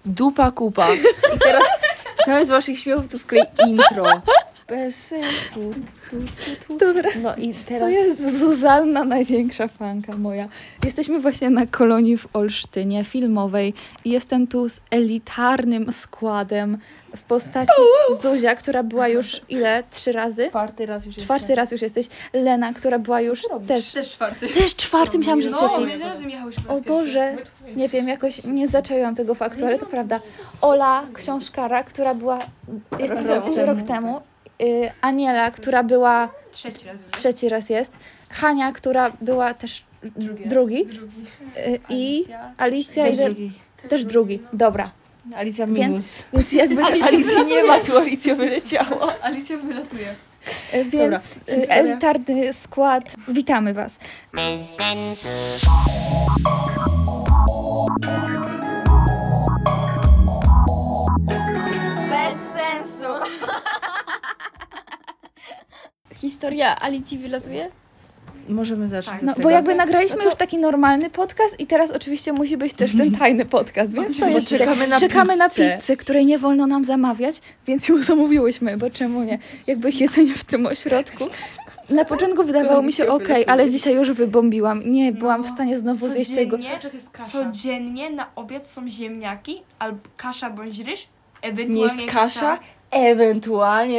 dupa kupa. I teraz zamiast waszych śmiechów to wklej intro. Bez sensu. Dobra. No i teraz... To jest Zuzanna, największa fanka moja. Jesteśmy właśnie na kolonii w Olsztynie filmowej i jestem tu z elitarnym składem w postaci Zuzia, która była już 3 razy? Czwarty raz już jesteś. Lena, która była już też czwarty. Też czwarty, myślałam, że trzeci. My razem jechałyśmy O Boże, nie wiem, jakoś nie zaczęłam tego faktu, ale to prawda. Ola, książkara, która była rok temu. Aniela, która była trzeci raz jest. Hania, która była też drugi. I Alicja też drugi. Dobra. Alicja minus. Więc jakby Alicji nie ma, tu Alicja wyleciała. Alicja wylatuje. Więc elitarny skład. Witamy Was. Bez sensu. Historia Alicji wylatuje? Możemy zacząć No od tego. bo jakby nagraliśmy już taki normalny podcast i teraz oczywiście musi być też ten tajny podcast, więc to jest czekamy na pizzę, której nie wolno nam zamawiać, więc ją zamówiłyśmy, bo czemu nie? Jakby jedzenie w tym ośrodku. Na początku wydawało mi się okej, ale dzisiaj już wybombiłam. Nie byłam w stanie znowu zjeść tego. Codziennie na obiad są ziemniaki, albo kasza bądź ryż, Nie ewentualnie jest kasza, ewentualnie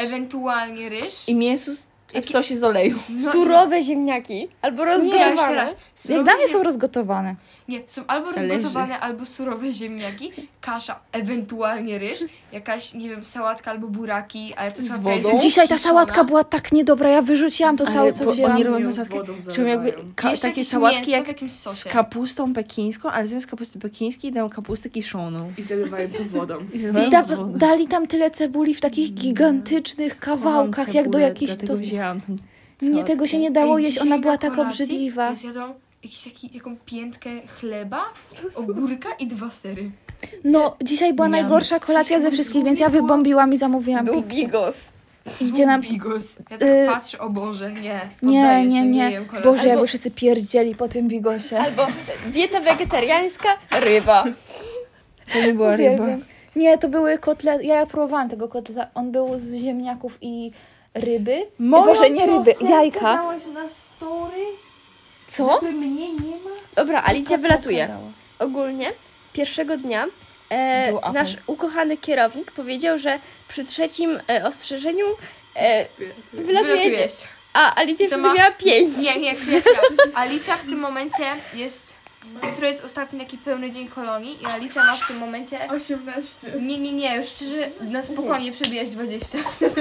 ryż i mięso w sosie z oleju. Surowe ziemniaki. Albo rozgotowane. raz. Jak dla mnie są rozgotowane. Nie, są albo Zależy. rozgotowane, albo surowe ziemniaki, kasza, ewentualnie ryż, jakaś, nie wiem, sałatka albo buraki, ale to Z sałatka wodą? jest Dzisiaj ta kiszona. sałatka była tak niedobra, ja wyrzuciłam to całe, co bo wzięłam. oni robią Ją sałatkę, wodą czyli jakby Jeszcze takie jakieś sałatki mięso jak w jakimś z sosie. kapustą pekińską, ale zamiast kapusty pekińskiej dają kapustę kiszoną. I zalewają to wodą. I I zalewają wodą. dali tam tyle cebuli w takich gigantycznych kawałkach, jak do Cebulę, jakichś dlatego tost. wzięłam tą Nie, tego się nie dało Ej, jeść, dzisiaj ona na była taka kolacji obrzydliwa. Zjadłam jaką piętkę chleba, ogórka i 2 sery. No, dzisiaj była Miam. najgorsza kolacja ze wszystkich, więc ja wybombiłam i zamówiłam Był pizzę. bigos. Idzie nam... Bigos. Ja tak patrzę, o Boże, nie. Nie, poddaję nie, się, nie. jem kolacji. Boże, jakby wszyscy pierdzieli po tym bigosie. Albo dieta wegetariańska, ryba. To nie była ryba. Uwielbiam. Nie, to były kotlety. Ja próbowałam tego kotleta. On był z ziemniaków i ryby. Boże, nie ryby, jajka. dałaś na story? Co? Mnie nie ma? Dobra, Alicja wylatuje. Dała. Ogólnie pierwszego dnia Był apel. nasz ukochany kierownik powiedział, że przy 3. ostrzeżeniu wylatujecie. A Alicja Co wtedy ma? miała 5. Nie, chwilę. Alicja w tym momencie jest... Jutro jest ostatni taki pełny dzień kolonii i Alicja ma w tym momencie... 18. Nie, już szczerze, na spokojnie przebijać 20.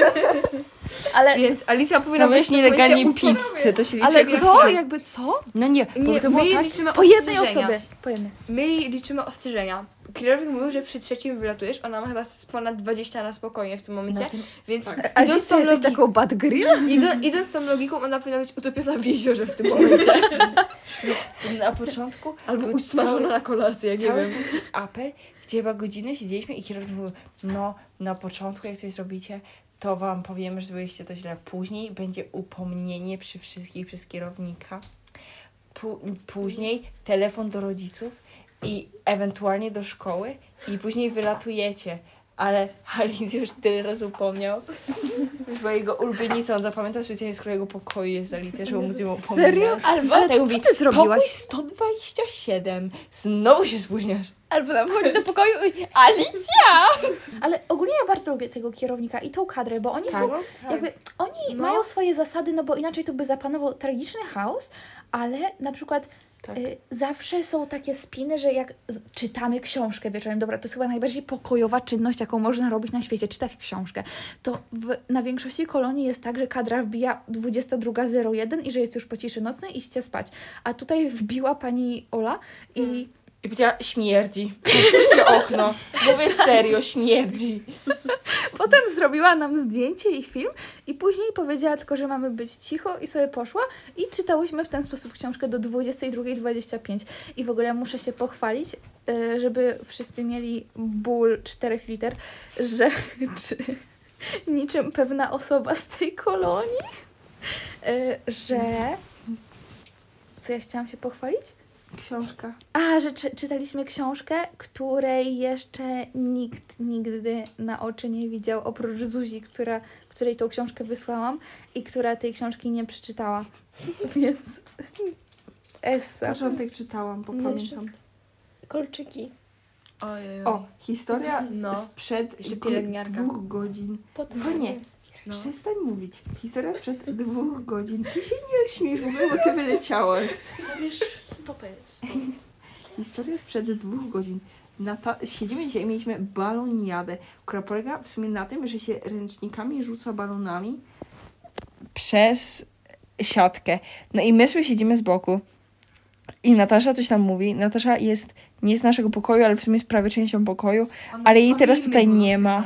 Ale, Więc Alicja powinna Zamówiłeś być w tym nielegalnie momencie pizzę, to się liczy ale jako co? trzy. Jakby co? No nie, bo Nie, to było my tak... liczymy Po jednej ostrzeżenia. osobie. Po jednej. My liczymy ostrzeżenia. Kierownik mówił, że przy 3 wylatujesz, ona ma chyba z ponad 20 na spokojnie w tym momencie, więc A idąc, ty tą jesteś logiką, taką bad grill? idąc tą logiką, ona powinna być utopiona w jeziorze w tym momencie. Na początku Albo był usmażona cały- na kolację, jak nie cały wiem. taki apel, gdzie chyba godzinę siedzieliśmy i kierownik mówił, no na początku jak coś zrobicie, to wam powiemy, że zrobiliście to źle. Później będzie upomnienie przy wszystkich przez kierownika. Później telefon do rodziców i ewentualnie do szkoły i później wylatujecie. Ale Alicja już tyle razy upomniał. Już była jego ulubienica, on zapamiętał specjalnie, z którego pokoju jest Alicja, żeby móc ją upomnieć. Serio? Ale Tak to mówi, co ty zrobiłaś? Pokój 127. Znowu się spóźniasz. Albo nam wchodzi do pokoju i Alicja! Ale ogólnie ja bardzo lubię tego kierownika i tą kadrę, bo oni są jakby, oni No. mają swoje zasady, no bo inaczej to by zapanował tragiczny chaos, ale na przykład Tak. zawsze są takie spiny, że jak czytamy książkę wieczorem, dobra, to jest chyba najbardziej pokojowa czynność, jaką można robić na świecie, czytać książkę, to na większości kolonii jest tak, że kadra wbija 22:01 i że jest już po ciszy nocnej, iście spać. A tutaj wbiła pani Ola i I powiedziała, śmierdzi. Otwórzcie okno. Mówię serio, śmierdzi. potem zrobiła nam zdjęcie i film i później powiedziała tylko, że mamy być cicho i sobie poszła i czytałyśmy w ten sposób książkę do 22:25 i w ogóle muszę się pochwalić, żeby wszyscy mieli ból 4 liter, że niczym pewna osoba z tej kolonii, że... Co ja chciałam się pochwalić? Książka. A, że czytaliśmy książkę, której jeszcze nikt nigdy na oczy nie widział, oprócz Zuzi, której tą książkę wysłałam i która tej książki nie przeczytała. Więc essa. Początek czytałam, bo pamiętam. Kolczyki. Ojej. O, historia No. sprzed Jeszcze kolej pielęgniarka. 2 godzin. Potem No nie, No. przestań mówić. Historia sprzed 2 godzin. Ty się nie śmiej w ogóle, bo ty wyleciałaś. Zabierz stopę stąd. Historia sprzed 2 godzin. Siedzimy dzisiaj i mieliśmy baloniadę, która polega w sumie na tym, że się ręcznikami rzuca balonami przez siatkę. No i my sobie siedzimy z boku i Natasza coś tam mówi. Natasza jest nie z naszego pokoju, ale w sumie jest prawie częścią pokoju. Ale jej teraz tutaj nie ma.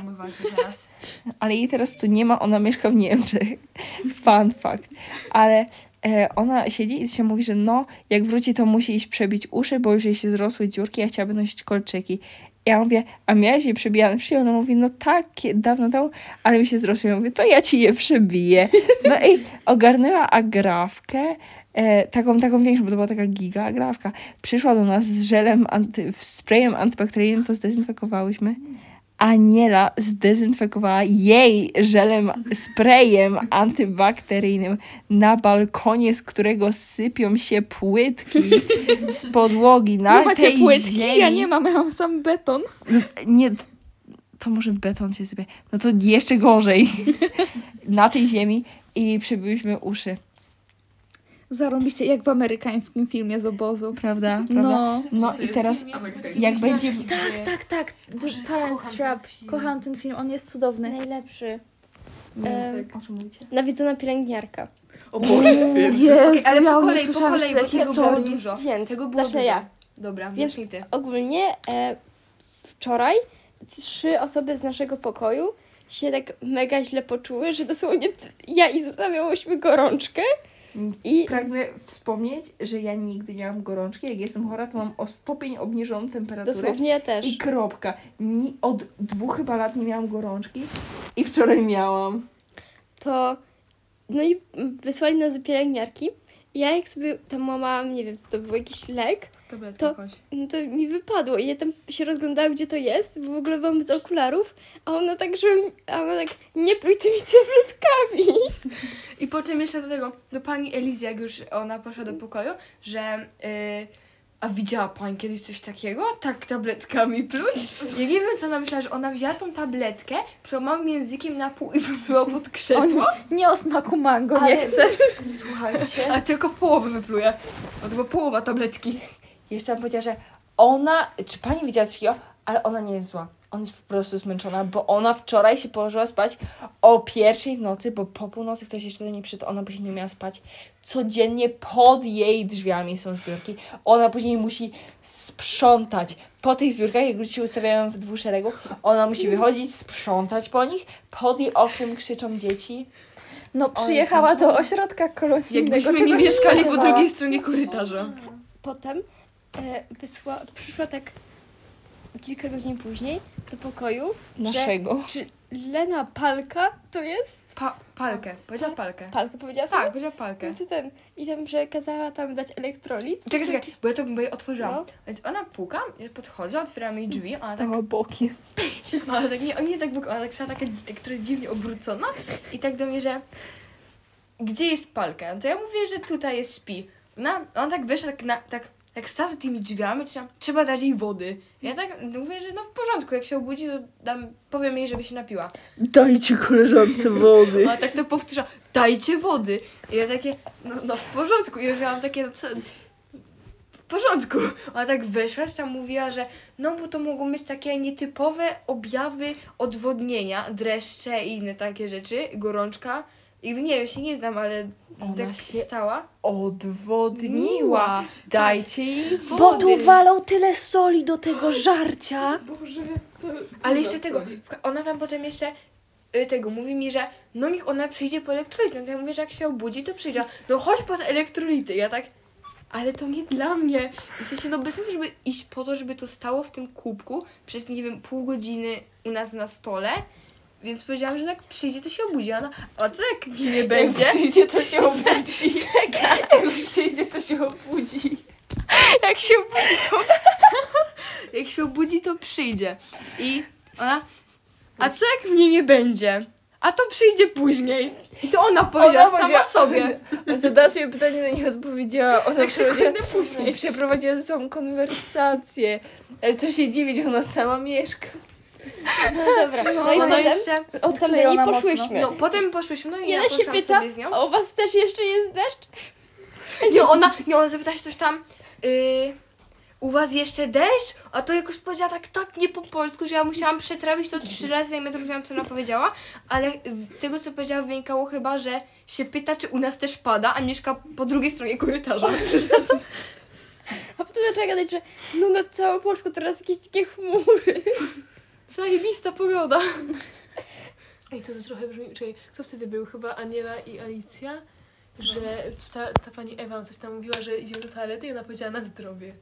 Ale jej teraz tu nie ma, ona mieszka w Niemczech. Fun fact. Ale ona siedzi i się mówi, że no, jak wróci, to musi iść przebić uszy, bo już jej się zrosły dziurki, ja chciałaby nosić kolczyki. Ja mówię, a miałaś je przebijane w szyję? Ona mówi, no tak, dawno temu, ale mi się zrosły. Ja mówię, to ja ci je przebiję. No i ogarnęła agrafkę, taką większą, bo to była taka giga agrafka. Przyszła do nas z żelem, sprayem antybakteryjnym, to zdezynfekowałyśmy. Aniela zdezynfekowała jej żelem, sprayem antybakteryjnym na balkonie, z którego sypią się płytki z podłogi na Nie macie tej płytki? ziemi. Ja nie mam, ja mam sam beton. No, nie, to może beton się sypie. No to jeszcze gorzej. Na tej ziemi i przebyliśmy uszy. Zarąbiście, jak w amerykańskim filmie z obozu. Prawda? No. No i teraz jak będzie... Tak. The Parent Trap. Kocham ten film, on jest cudowny. najlepszy. O czym mówicie? Nawiedzona pielęgniarka. O Boże, Jezu, ale ja po nie kolei, słyszałam bo tyle tego było historii. dużo. Więc Tego było zacznę dużo. ja. Dobra, Więc zacznij ty. ogólnie wczoraj 3 osoby z naszego pokoju się tak mega źle poczuły, że dosłownie ja i Zuza miałyśmy gorączkę. I Pragnę wspomnieć, że ja nigdy nie mam gorączki. Jak jestem chora, to mam o stopień obniżoną temperaturę. dosłownie ja też. I kropka. Od 2 chyba lat nie miałam gorączki i wczoraj miałam. To no i wysłali nas do pielęgniarki. Ja jak sobie tam łamałam, nie wiem, co to był jakiś lek, Tabletka To- jakoś. no to mi wypadło i ja tam się rozglądałam, gdzie to jest, bo w ogóle byłam z okularów, a ona tak, nie pluj tymi tabletkami. I potem jeszcze do tego, do pani Elizy, jak już ona poszła do pokoju, że a widziała pani kiedyś coś takiego? Tak tabletkami pluć? Ja nie wiem, co ona myślała, że ona wzięła tą tabletkę, przełamała językiem na pół i wypluła pod krzesło, Nie o smaku mango, nie chcę. Słuchajcie. a tylko połowę wypluje. Bo to była połowa tabletki. Jeszcze bym powiedziała, że ona, czy pani widziała coś takiego, ale ona nie jest zła. Ona jest po prostu zmęczona, bo ona wczoraj się położyła spać o 1:00 w nocy, bo po północy ktoś jeszcze do niej przyszedł, ona później nie miała spać. Codziennie pod jej drzwiami są zbiórki. Ona później musi sprzątać. Po tych zbiórkach, jak ludzie się ustawiają w 2 szeregu, ona musi wychodzić, sprzątać po nich. Pod jej oknem krzyczą dzieci. No przyjechała do ośrodka kolonijnego. Jakbyśmy nie czego się mieszkali po spodziewała. drugiej stronie korytarza. Potem przyszła tak kilka godzin później do pokoju, Naszego. czy Lena Palka to jest? Palkę. Powiedziała palkę. Palka powiedziała Tak, sobie? powiedziała palkę. No to i tam, że kazała tam dać elektrolit. Czekaj, bo ja otworzyłam. No. Więc ona puka, ja podchodzę, otwieram jej drzwi, ona tak, Stała bokiem. ona tak nie tak, ona tak stała taka trochę dziwnie obrócona i tak do mnie, że gdzie jest palka? No to ja mówię, że tutaj jest śpi. Ona tak wyszła, jak stała za tymi drzwiami, to trzeba dać jej wody. Ja tak mówię, że no w porządku, jak się obudzi, to powiem jej, żeby się napiła. Dajcie koleżance wody. Ona tak to powtarza, dajcie wody. I ja takie, no w porządku. I już ja mam takie, no co... W porządku. Ona tak wyszła, tam mówiła, że no bo to mogą być takie nietypowe objawy odwodnienia, dreszcze i inne takie rzeczy, gorączka. I nie wiem, się nie znam, ale Ona tak się stała. Odwodniła. Dajcie jej wody. Bo tu walą tyle soli do tego żarcia. Ale jeszcze tego, ona tam potem jeszcze tego mówi mi, że no niech ona przyjdzie po elektrolity. No to ja mówię, że jak się obudzi, to przyjdzie. No chodź po te elektrolity. Ja tak, ale to nie dla mnie. I w sensie, no bez sensu, żeby iść po to, żeby to stało w tym kubku przez, nie wiem, pół godziny u nas na stole. Więc powiedziałam, że jak przyjdzie, to się obudzi. A ona, a co jak nie Jak będzie? przyjdzie, to się obudzi. Jak przyjdzie, to się obudzi. jak się obudzi, to... jak się obudzi, to przyjdzie. I ona... A co jak mnie nie będzie? A to przyjdzie później. I to ona powiedziała sama sobie. Zadała sobie pytanie, na nie odpowiedziała. Ona Tak się później. przeprowadziła ze sobą konwersację. Ale co się dziwić, ona sama mieszka. No dobra. No i Ona potem jeszcze... tam do niej Odklejona poszłyśmy. No, potem poszłyśmy, no i I ja ona się poszłam pyta, sobie z nią. a u was też jeszcze jest deszcz? Nie, ona zapytała się coś tam, u was jeszcze deszcz? A to jakoś powiedziała tak nie po polsku, że ja musiałam przetrawić to 3 razy, zanim ja zrozumiałam, co ona powiedziała, ale z tego, co powiedziała, wynikało chyba, że się pyta, czy u nas też pada, a mieszka po drugiej stronie korytarza. A potem zaczęła gadać, że no na całą Polską teraz jakieś takie chmury. Zajebista pogoda. Ej, to trochę brzmi... Czekaj, kto wtedy był? Chyba Aniela i Alicja? Że ta pani Ewa coś tam mówiła, że idziemy do toalety i ona powiedziała na zdrowie.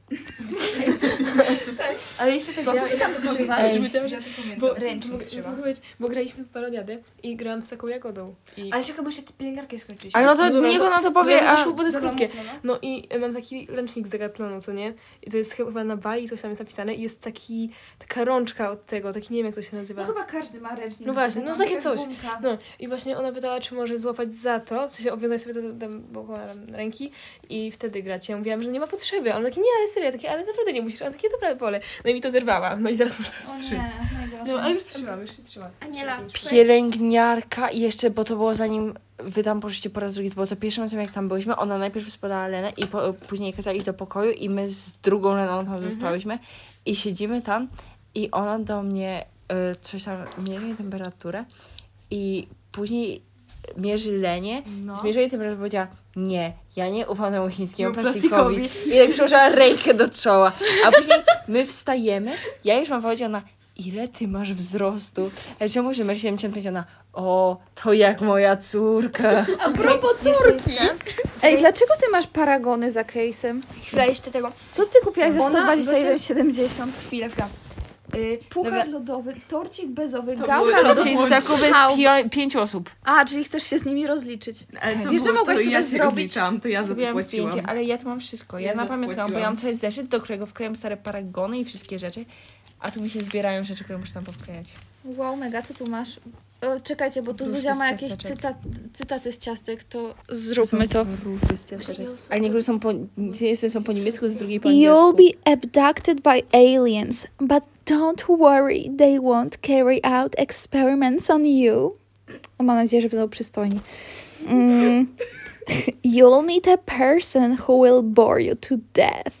Ale jeszcze tego, co tam strzymać? Ej. Wiedziałam, że... Bo, Ręcznik trzeba. mogę powiedzieć, bo graliśmy w baloniadę i grałam z taką jagodą. I... Ale czekaj, bo jeszcze ty pielęgniarkę skończyliście. Ale no to No dobra, niech to- ona to No, powie, to a... szło, bo to jest Dobra, krótkie. mów, no. No i mam taki ręcznik z Decathlonu, co nie? I to jest chyba na bali, coś tam jest napisane i jest taka rączka od tego, taki nie wiem jak to się nazywa. No chyba każdy ma ręcznik. No właśnie, no z takie jak coś. gumka. No i właśnie ona pytała, czy może złapać za to, w sensie obwiązać sobie to tam wokół ręki i wtedy grać. Ja mówiłam, że nie ma potrzeby. A on taki, nie, ale serio, takie, ale naprawdę nie musisz. A on takie, dobra, wolę. No i mi to zerwała. No i teraz muszę to O strzyć. nie, najgorzej. No, ale już trzymam, już się trzymam. Aniela. Pielęgniarka i jeszcze, bo to było zanim wy tam poszliście po raz drugi, to było za pierwszym razem jak tam byliśmy, ona najpierw wyspadała Lenę i później kazała iść do pokoju i my z drugą Leną tam zostałyśmy i siedzimy tam i ona do mnie coś tam mierzy temperaturę i później mierzy Lenie, zmierzyła jej temperaturę i powiedziała, nie, ja nie ufam temu chińskiemu plastikowi. I tak przyłożyła rękę do czoła. A później my wstajemy, ja już mam powiedzieć, ona, ile ty masz wzrostu? Ja czemu, że masz 75? Ona, o, to jak moja córka. A propos córki. Ej, dlaczego ty masz paragony za case'em? Chwila, jeszcze tego. Co ty kupiłaś za Ona- 121,70? Chwila. Puchar lodowy, torcik bezowy, To gałka były lodowa. Czyli zakupy Hał. z 5 osób. A, czyli chcesz się z nimi rozliczyć. Ale to Wiesz, że było, mogłaś to sobie ja się zrobić- rozliczałam, to ja za to Zrobiłam płaciłam. zdjęcie, ale ja tu mam wszystko. Ja Ja na za to pamięć mam, bo ja płaciłam. mam cały zeszyt, do którego wklejam stare paragony i wszystkie rzeczy. A tu mi się zbierają rzeczy, które muszę tam powklejać. Wow, mega, co tu masz? Czekajcie, bo tu Różne Zuzia ma z jakieś ciasteczek. cytaty z ciastek, to zróbmy to. Różne z ciasteczek. Ale niektóre są są po niemiecku, z drugiej po angielsku. You'll be abducted by aliens, but don't worry, they won't carry out experiments on you. O, mam nadzieję, że będą przystojni. You'll meet a person who will bore you to death.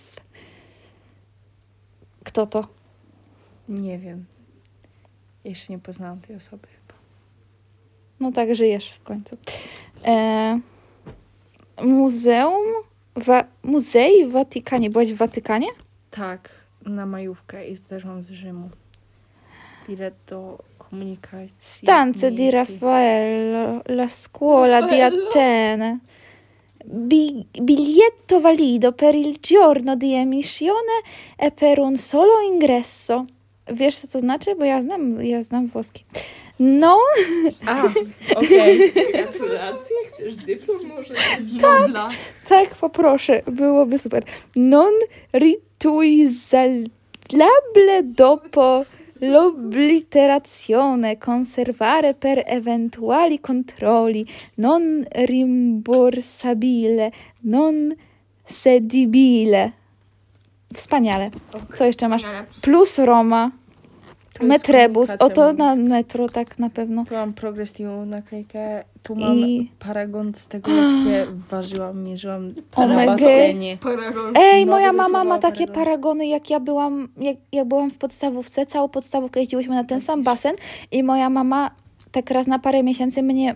Kto to? Nie wiem. Jeszcze nie poznałam tej osoby chyba. No tak, żyjesz w końcu. Muzej w Watykanie. Byłaś w Watykanie? Tak, na majówkę i to też mam z Rzymu. Bilet do komunikacji. Stanze di miejskiej. Raffaello, la scuola di Atene. Biglietto valido per il giorno di emissione e per un solo ingresso. Wiesz, co to znaczy? Bo ja znam włoski. No, A, okej. Gratulacje, chcesz dyplom może? tak, poproszę, byłoby super. Non ritualizzabile dopo l'obliterazione, conservare per eventuali controlli, non rimborsabile, non cedibile. Wspaniale. Co jeszcze masz? Plus Roma, To jest Metrebus, komunikacja oto na metro, tak na pewno. Tu mam progresywną naklejkę. Tu mam I- paragon z tego, jak się ważyłam, mierzyłam na Omega. basenie. Paragon. Ej, No, moja gdyby mama ma próbowała takie paragony. paragony, jak ja byłam, jak byłam w podstawówce, całą podstawówkę jeździłyśmy na ten sam basen i moja mama tak raz na parę miesięcy mnie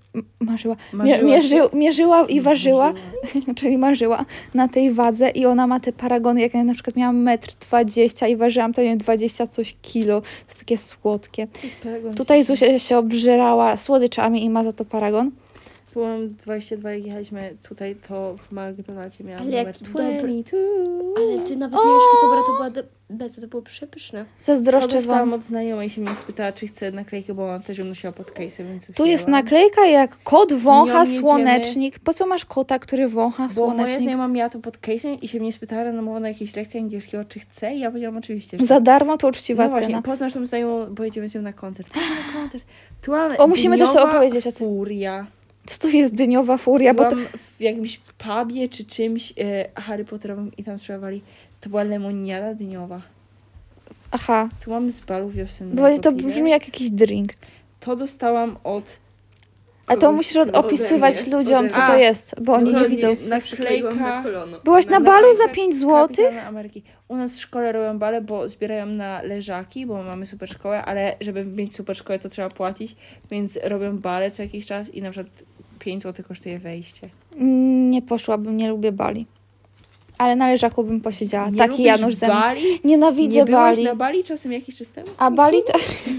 mierzyła i ważyła, czyli marzyła na tej wadze i ona ma te paragony, jak ja na przykład miałam 1,20 m i ważyłam to nie wiem, 20 coś kilo. To jest takie słodkie. Tutaj Zuzia się obżerała słodyczami i ma za to paragon. byłam 22, jak jechaliśmy tutaj, to w McDonaldzie miałam Ale numer jaki dobry. 22. Ale ty nawet nie wiesz, jaka dobra to była beza, to było przepyszne. To Zazdroszczę dostałam wam. od znajomej, się mnie spytała, czy chce naklejkę, bo ona też ją nosiła pod case'em, więc Tu jest wzięłam. naklejka jak kot wącha jedziemy. słonecznik. Po co masz kota, który wącha Bo moja słonecznik? znajoma miała to pod case'em i się mnie spytała rano na jakiejś lekcji angielskiego, czy chce, i ja powiedziałam oczywiście, że Za darmo to uczciwa no właśnie, cena. poznasz tą znajomą, bo jedziemy z nią na koncert. Pojedziemy na koncert. Tu mamy O, musimy też dyniowa opowiedzieć o tym. Furia. Co to jest dyniowa furia? Bo to... Byłam w jakimś pubie czy czymś Harry Potterowym i tam sprzedawali. To była lemoniada dyniowa. Aha, Tu mamy z balu wiosennego. bo to piwek. brzmi jak jakiś drink. To dostałam od... A to kogoś musisz ode opisywać mnie, ludziom, ode co mnie. to jest, bo oni No nie to widzą. nie- Przykleiłam na kolono. Byłaś na balu za 5 zł? Kapitana Ameryki. U nas w szkole robią bale, bo zbierają na leżaki, bo mamy super szkołę, ale żeby mieć super szkołę, to trzeba płacić, więc robią bale co jakiś czas i na przykład 5 zł kosztuje wejście. Nie poszłabym, nie lubię bali. Ale na leżaku bym posiedziała. Nie Taki lubisz Janusz ze mną. Bali? Nienawidzę Nie byłaś bali. na Bali czasem jakiś czas temu? A bali to...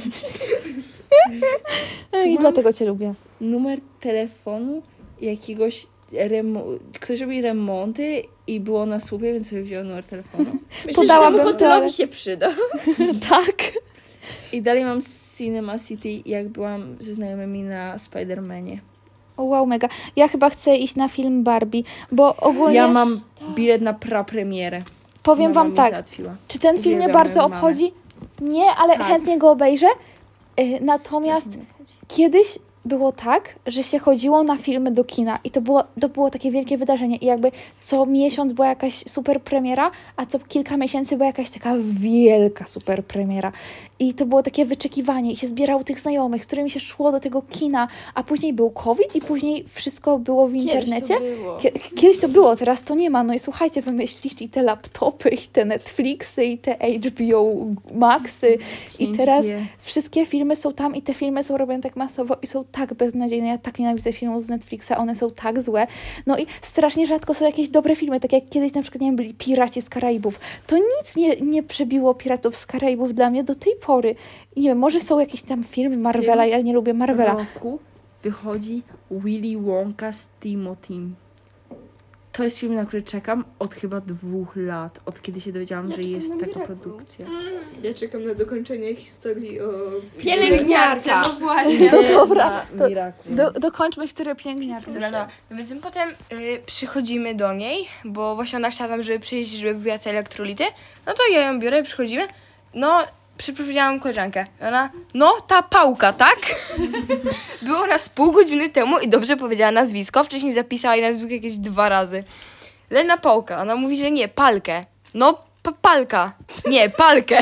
I mam- dlatego cię lubię. Numer telefonu jakiegoś ktoś robi remonty i było na słupie, więc sobie wziął numer telefonu. Myślę, Podałabym że temu to, ale- hotelowi się przyda. Tak. I dalej mam Cinema City, jak byłam ze znajomymi na Spider-Manie. O, wow, mega. Ja chyba chcę iść na film Barbie, bo ogólnie Ja mam bilet na prapremierę. powiem Mama wam mi tak, załatwiła. czy ten film mnie Uwielbiam bardzo moją mamę. obchodzi? Nie, ale Tak. chętnie go obejrzę. Natomiast kiedyś było tak, że się chodziło na filmy do kina i to było takie wielkie wydarzenie i jakby co miesiąc była jakaś super premiera, a co kilka miesięcy była jakaś taka wielka super premiera i to było takie wyczekiwanie i się zbierało tych znajomych, z którymi się szło do tego kina, a później był COVID i później wszystko było w internecie. Kiedyś to było, teraz to nie ma. No i słuchajcie, wymyślili te laptopy i te Netflixy i te HBO Maxy i 5G. teraz wszystkie filmy są tam i te filmy są robione tak masowo i są tak beznadziejne. Ja tak nienawidzę filmów z Netflixa, one są tak złe. No i strasznie rzadko są jakieś dobre filmy, tak jak kiedyś na przykład, nie wiem, byli Piraci z Karaibów. To nic nie przebiło Piratów z Karaibów dla mnie do tej pory. I nie wiem, może są jakieś tam filmy Marvela, ja nie lubię W Marvela. roku wychodzi Willy Wonka z Timothym. To jest film, na który czekam od chyba 2 lat. Od kiedy się dowiedziałam, że jest taka produkcja. Ja czekam na dokończenie historii o... Pielęgniarka. No właśnie. No dobra, Za to Miraculum. dokończmy historię pielęgniarce. No więc my potem przychodzimy do niej, bo właśnie ona chciała tam, żeby przyjść, żeby wybrać te elektrolity. No to ja ją biorę, przychodzimy. No, przyprowadziłam koleżankę. Ona, no ta pałka, tak? Było nas pół godziny temu i dobrze powiedziała nazwisko. Wcześniej zapisała jej nazwisko jakieś 2 razy. Lena Pałka. Ona mówi, że nie, palkę. No, palka. Nie, palkę.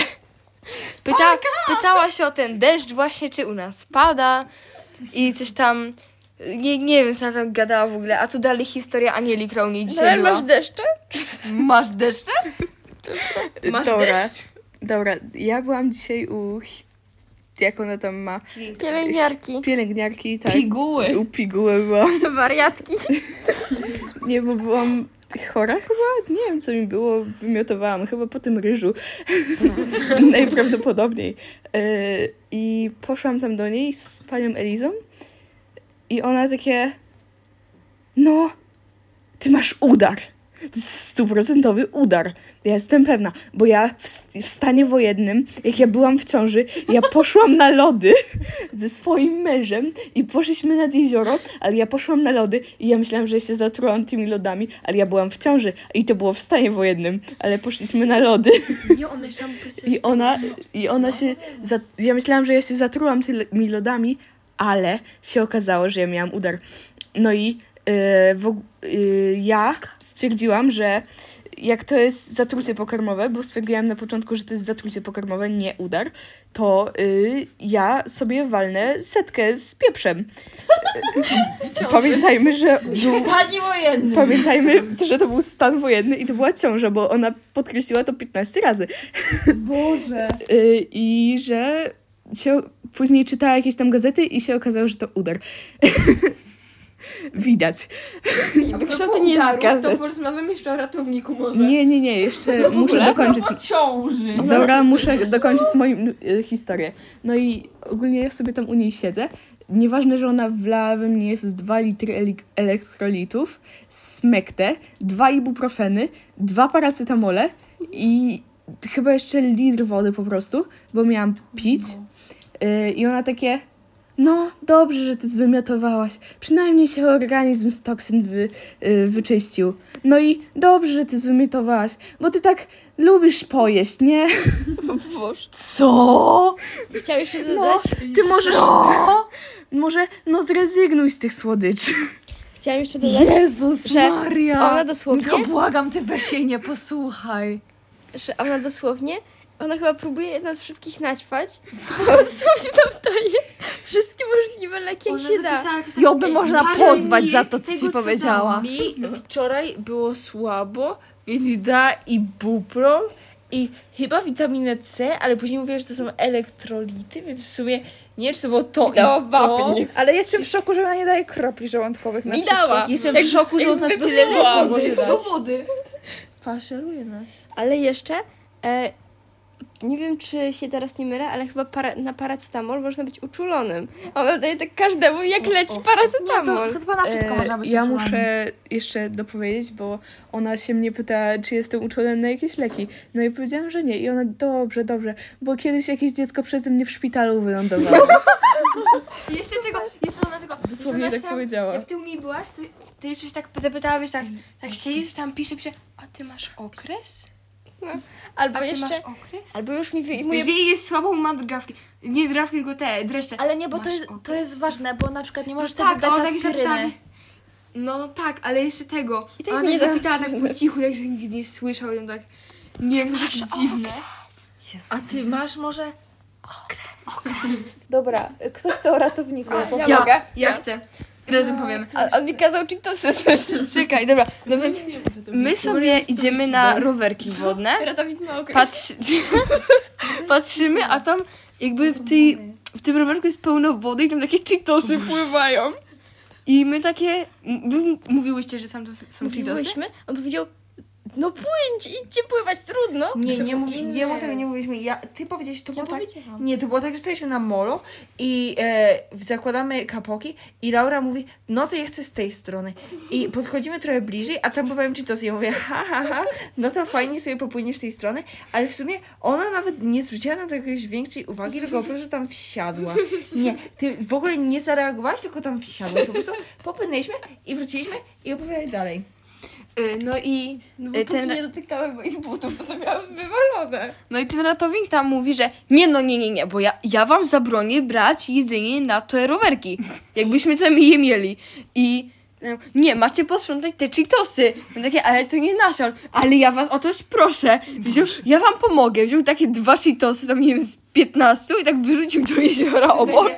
Pytała się o ten deszcz właśnie, czy u nas pada i coś tam... Nie wiem, co ona tam gadała w ogóle. A tu dalej historia Anieli, która u niej dzisiaj była. Masz deszcze? Masz deszcze? Masz deszcz? Dobra, ja byłam dzisiaj jak ona tam ma? Pielęgniarki. Pielęgniarki, tak. Piguły. U piguły byłam. Wariatki. Nie, bo byłam chora chyba? Nie wiem, co mi było. Wymiotowałam chyba po tym ryżu. Najprawdopodobniej. I poszłam tam do niej z panią Elizą i ona takie, no, ty masz udar. To jest 100% udar. Ja jestem pewna, bo ja w stanie wojennym, jak ja byłam w ciąży, ja poszłam na lody ze swoim mężem i poszliśmy nad jezioro, ale ja poszłam na lody i ja myślałam, że się zatrułam tymi lodami, ale ja byłam w ciąży i to było w stanie wojennym, ale poszliśmy na lody Nie, ona jeszcze tam i ona się, ja myślałam, że ja się zatrułam tymi lodami, ale się okazało, że ja miałam udar. No i ja stwierdziłam, że jak to jest zatrucie pokarmowe, bo stwierdziłam na początku, że to jest zatrucie pokarmowe, nie udar, to ja sobie walnę setkę z pieprzem. Pamiętajmy, że to był stan wojenny i to była ciąża, bo ona podkreśliła to 15 razy. Boże. I że się później czytała jakieś tam gazety i się okazało, że to udar. Widać. Wykształcenie jest z To gazet. porozmawiamy jeszcze o ratowniku może. Nie, jeszcze muszę dokończyć. Ciąży. Dobra, muszę dokończyć moją historię. No i ogólnie ja sobie tam u niej siedzę. nieważne, że ona wlała we mnie z 2 litry elektrolitów, smekte, 2 ibuprofeny, 2 paracetamole i chyba jeszcze litr wody po prostu, bo miałam pić. I ona takie, no dobrze, że ty zwymiotowałaś, przynajmniej się organizm z toksyn wyczyścił. No i dobrze, że ty zwymiotowałaś, bo ty tak lubisz pojeść, nie? Boże. Co? Chciałam jeszcze No, dodać. ty możesz... Może, no zrezygnuj z tych słodyczy. Chciałam jeszcze dodać, Jezus że Maria! ona dosłownie- Tylko błagam, ty weź jej nie posłuchaj. że ona dosłownie, ona chyba próbuje nas wszystkich naćpać. Ona dosłownie tam daje wszystkie możliwe leki, jak się da. Ją by można pozwać za to, co ci powiedziała. Mi wczoraj było słabo, więc mi dała ibuprom i chyba witaminę C, ale później mówiła, że to są elektrolity, więc w sumie nie wiem, czy to było to i Dała to. wapń. Ale jestem w szoku, że ona nie daje kropli żołądkowych na Mi wszystko. dała. Jestem w szoku, że ona tyle może dać. wody. Faszeruje nas. Ale jeszcze, nie wiem, czy się teraz nie mylę, ale chyba na paracetamol można być uczulonym. A ona daje tak każdemu, jak leci Nie, paracetamol. to chyba na wszystko można być Ja uczulony. muszę jeszcze dopowiedzieć, bo ona się mnie pyta, czy jestem uczulona na jakieś leki. No i powiedziałam, że nie. I ona, dobrze, bo kiedyś jakieś dziecko przeze mnie w szpitalu wylądowało. Jeszcze ona tego... Dosłownie tak powiedziała. Jak ty u niej byłaś, to ty jeszcze się tak zapytała, wiesz, tak siedzisz tam, pisze, a ty masz okres? Albo A ty jeszcze, masz okres? albo już mi wyjmuje... Jeżeli jest słabą, ma drgawki. Nie drgawki, tylko te dreszcze. Ale nie, bo Masz to okres? jest ważne, bo na przykład nie możesz tak, wtedy dać ona tak się aspiryny. zapytała. No tak, ale jeszcze tego. I tak ona nie tak zapytała dam tak po cichu, jak że nikt nie słyszał, ją tak... Nie wiem, to takie dziwne. A ty masz może... Dobra, kto chce o ratowniku? Ja mogę? Ja chcę. Razem powiem. A on mi kazał Cheetosy Czekaj, dobra. No więc my sobie idziemy na rowerki wodne. Ratownik ma okres. Patrzymy, a tam jakby w tym rowerku jest pełno wody i tam takie Cheetosy pływają. I my takie... Mówiłyście, że tam to są Cheetosy? Mówiłyśmy, on powiedział, no płyńcie, idźcie pływać, trudno. Nie, tego nie mówiliśmy. Ty powiedziałeś, to było tak... powiedziałam. Nie, to było tak, że staliśmy na molo i zakładamy kapoki i Laura mówi, no to ja chcę z tej strony. I podchodzimy trochę bliżej, a tam pływają Cheetosy. Ja mówię, ha, no to fajnie sobie popłyniesz z tej strony, ale w sumie ona nawet nie zwróciła na to jakiejś większej uwagi, tylko po prostu tam wsiadła. Nie, ty w ogóle nie zareagowałaś, tylko tam wsiadłaś. Po prostu popłynęliśmy i wróciliśmy i opowiadaj dalej. No i No bo póki nie dotykały moich butów, to sobie miałam wywalone. no i ten ratownik tam mówi, że nie, bo ja wam zabronię brać jedzenie na te rowerki. Jakbyśmy sami je mieli. I nie, macie posprzątać te Cheetosy. My takie, ale to nie nasze. On, ale ja was o coś proszę. Ja wam pomogę. Wziął takie 2 Cheetosy, tam nie wiem, z 15 i tak wyrzucił do jeziora obok.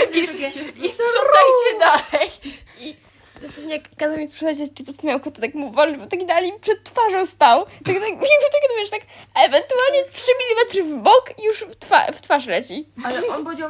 I sprzątajcie dalej. Dosłownie kazał mi przylecieć, czy to miałko, to tak mu wolno, bo tak dalej przed twarzą stał. Tak, wiesz, tak ewentualnie 3 mm w bok i już w twarz leci. Ale on powiedział,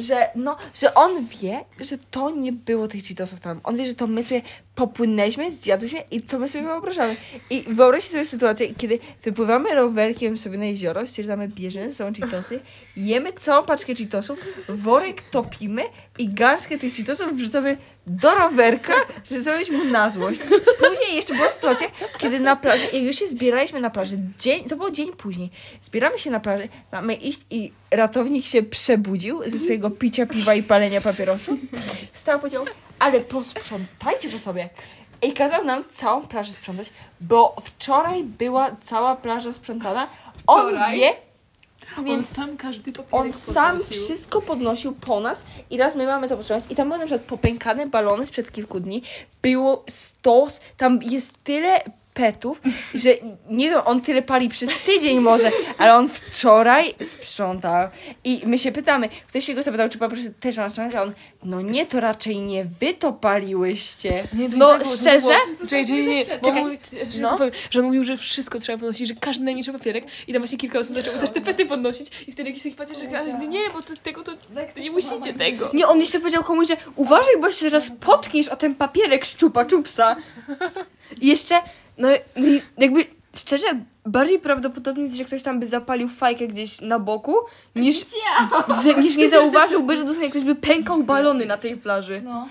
że on wie, że to nie było tych Cheetosów tam. On wie, że to my sobie popłynęliśmy, zjadłyśmy i co my sobie wyobrażamy. I wyobraźcie sobie sytuację, kiedy wypływamy rowerkiem sobie na jezioro, stwierdzamy, bierzemy ze sobą Cheetosy, jemy całą paczkę Cheetosów, worek topimy i garstkę tych Cheetosów wrzucamy do rowerka, że zrobiliśmy mu na złość. Później jeszcze była sytuacja, kiedy na plaży, jak już się zbieraliśmy na plaży, to był dzień później, zbieramy się na plaży, mamy iść i ratownik się przebudził ze swojego picia piwa i palenia papierosów. Wstał i powiedział, ale posprzątajcie po sobie. I kazał nam całą plażę sprzątać, bo wczoraj była cała plaża sprzątana. On wie, Więc sam każdy on papierek sam podnosił. wszystko podnosił po nas i raz my mamy to posprzątać i tam były na przykład popękane balony sprzed kilku dni, było stos, tam jest tyle petów, że nie wiem, on tyle pali przez tydzień może, ale on wczoraj sprzątał. I my się pytamy, ktoś się go zapytał, czy pan proszę też ma sprzątać, a on, no nie, to raczej nie wy to paliłyście. Nie, to No, nie, szczerze? Nie. Czekaj, No. Że on mówił, że wszystko trzeba podnosić, że każdy najmniejszy papierek i tam właśnie kilka osób zaczęło też te pety podnosić i wtedy jakiś taki patrz, że nie, bo to nie musicie tego. Nie, on jeszcze powiedział komuś, że uważaj, bo się raz potkniesz o ten papierek z Chupa Chupsa. I jeszcze, no i jakby szczerze, bardziej prawdopodobne jest, że ktoś tam by zapalił fajkę gdzieś na boku, niż nie zauważyłby, że dosłownie ktoś by pękał balony na tej plaży. No.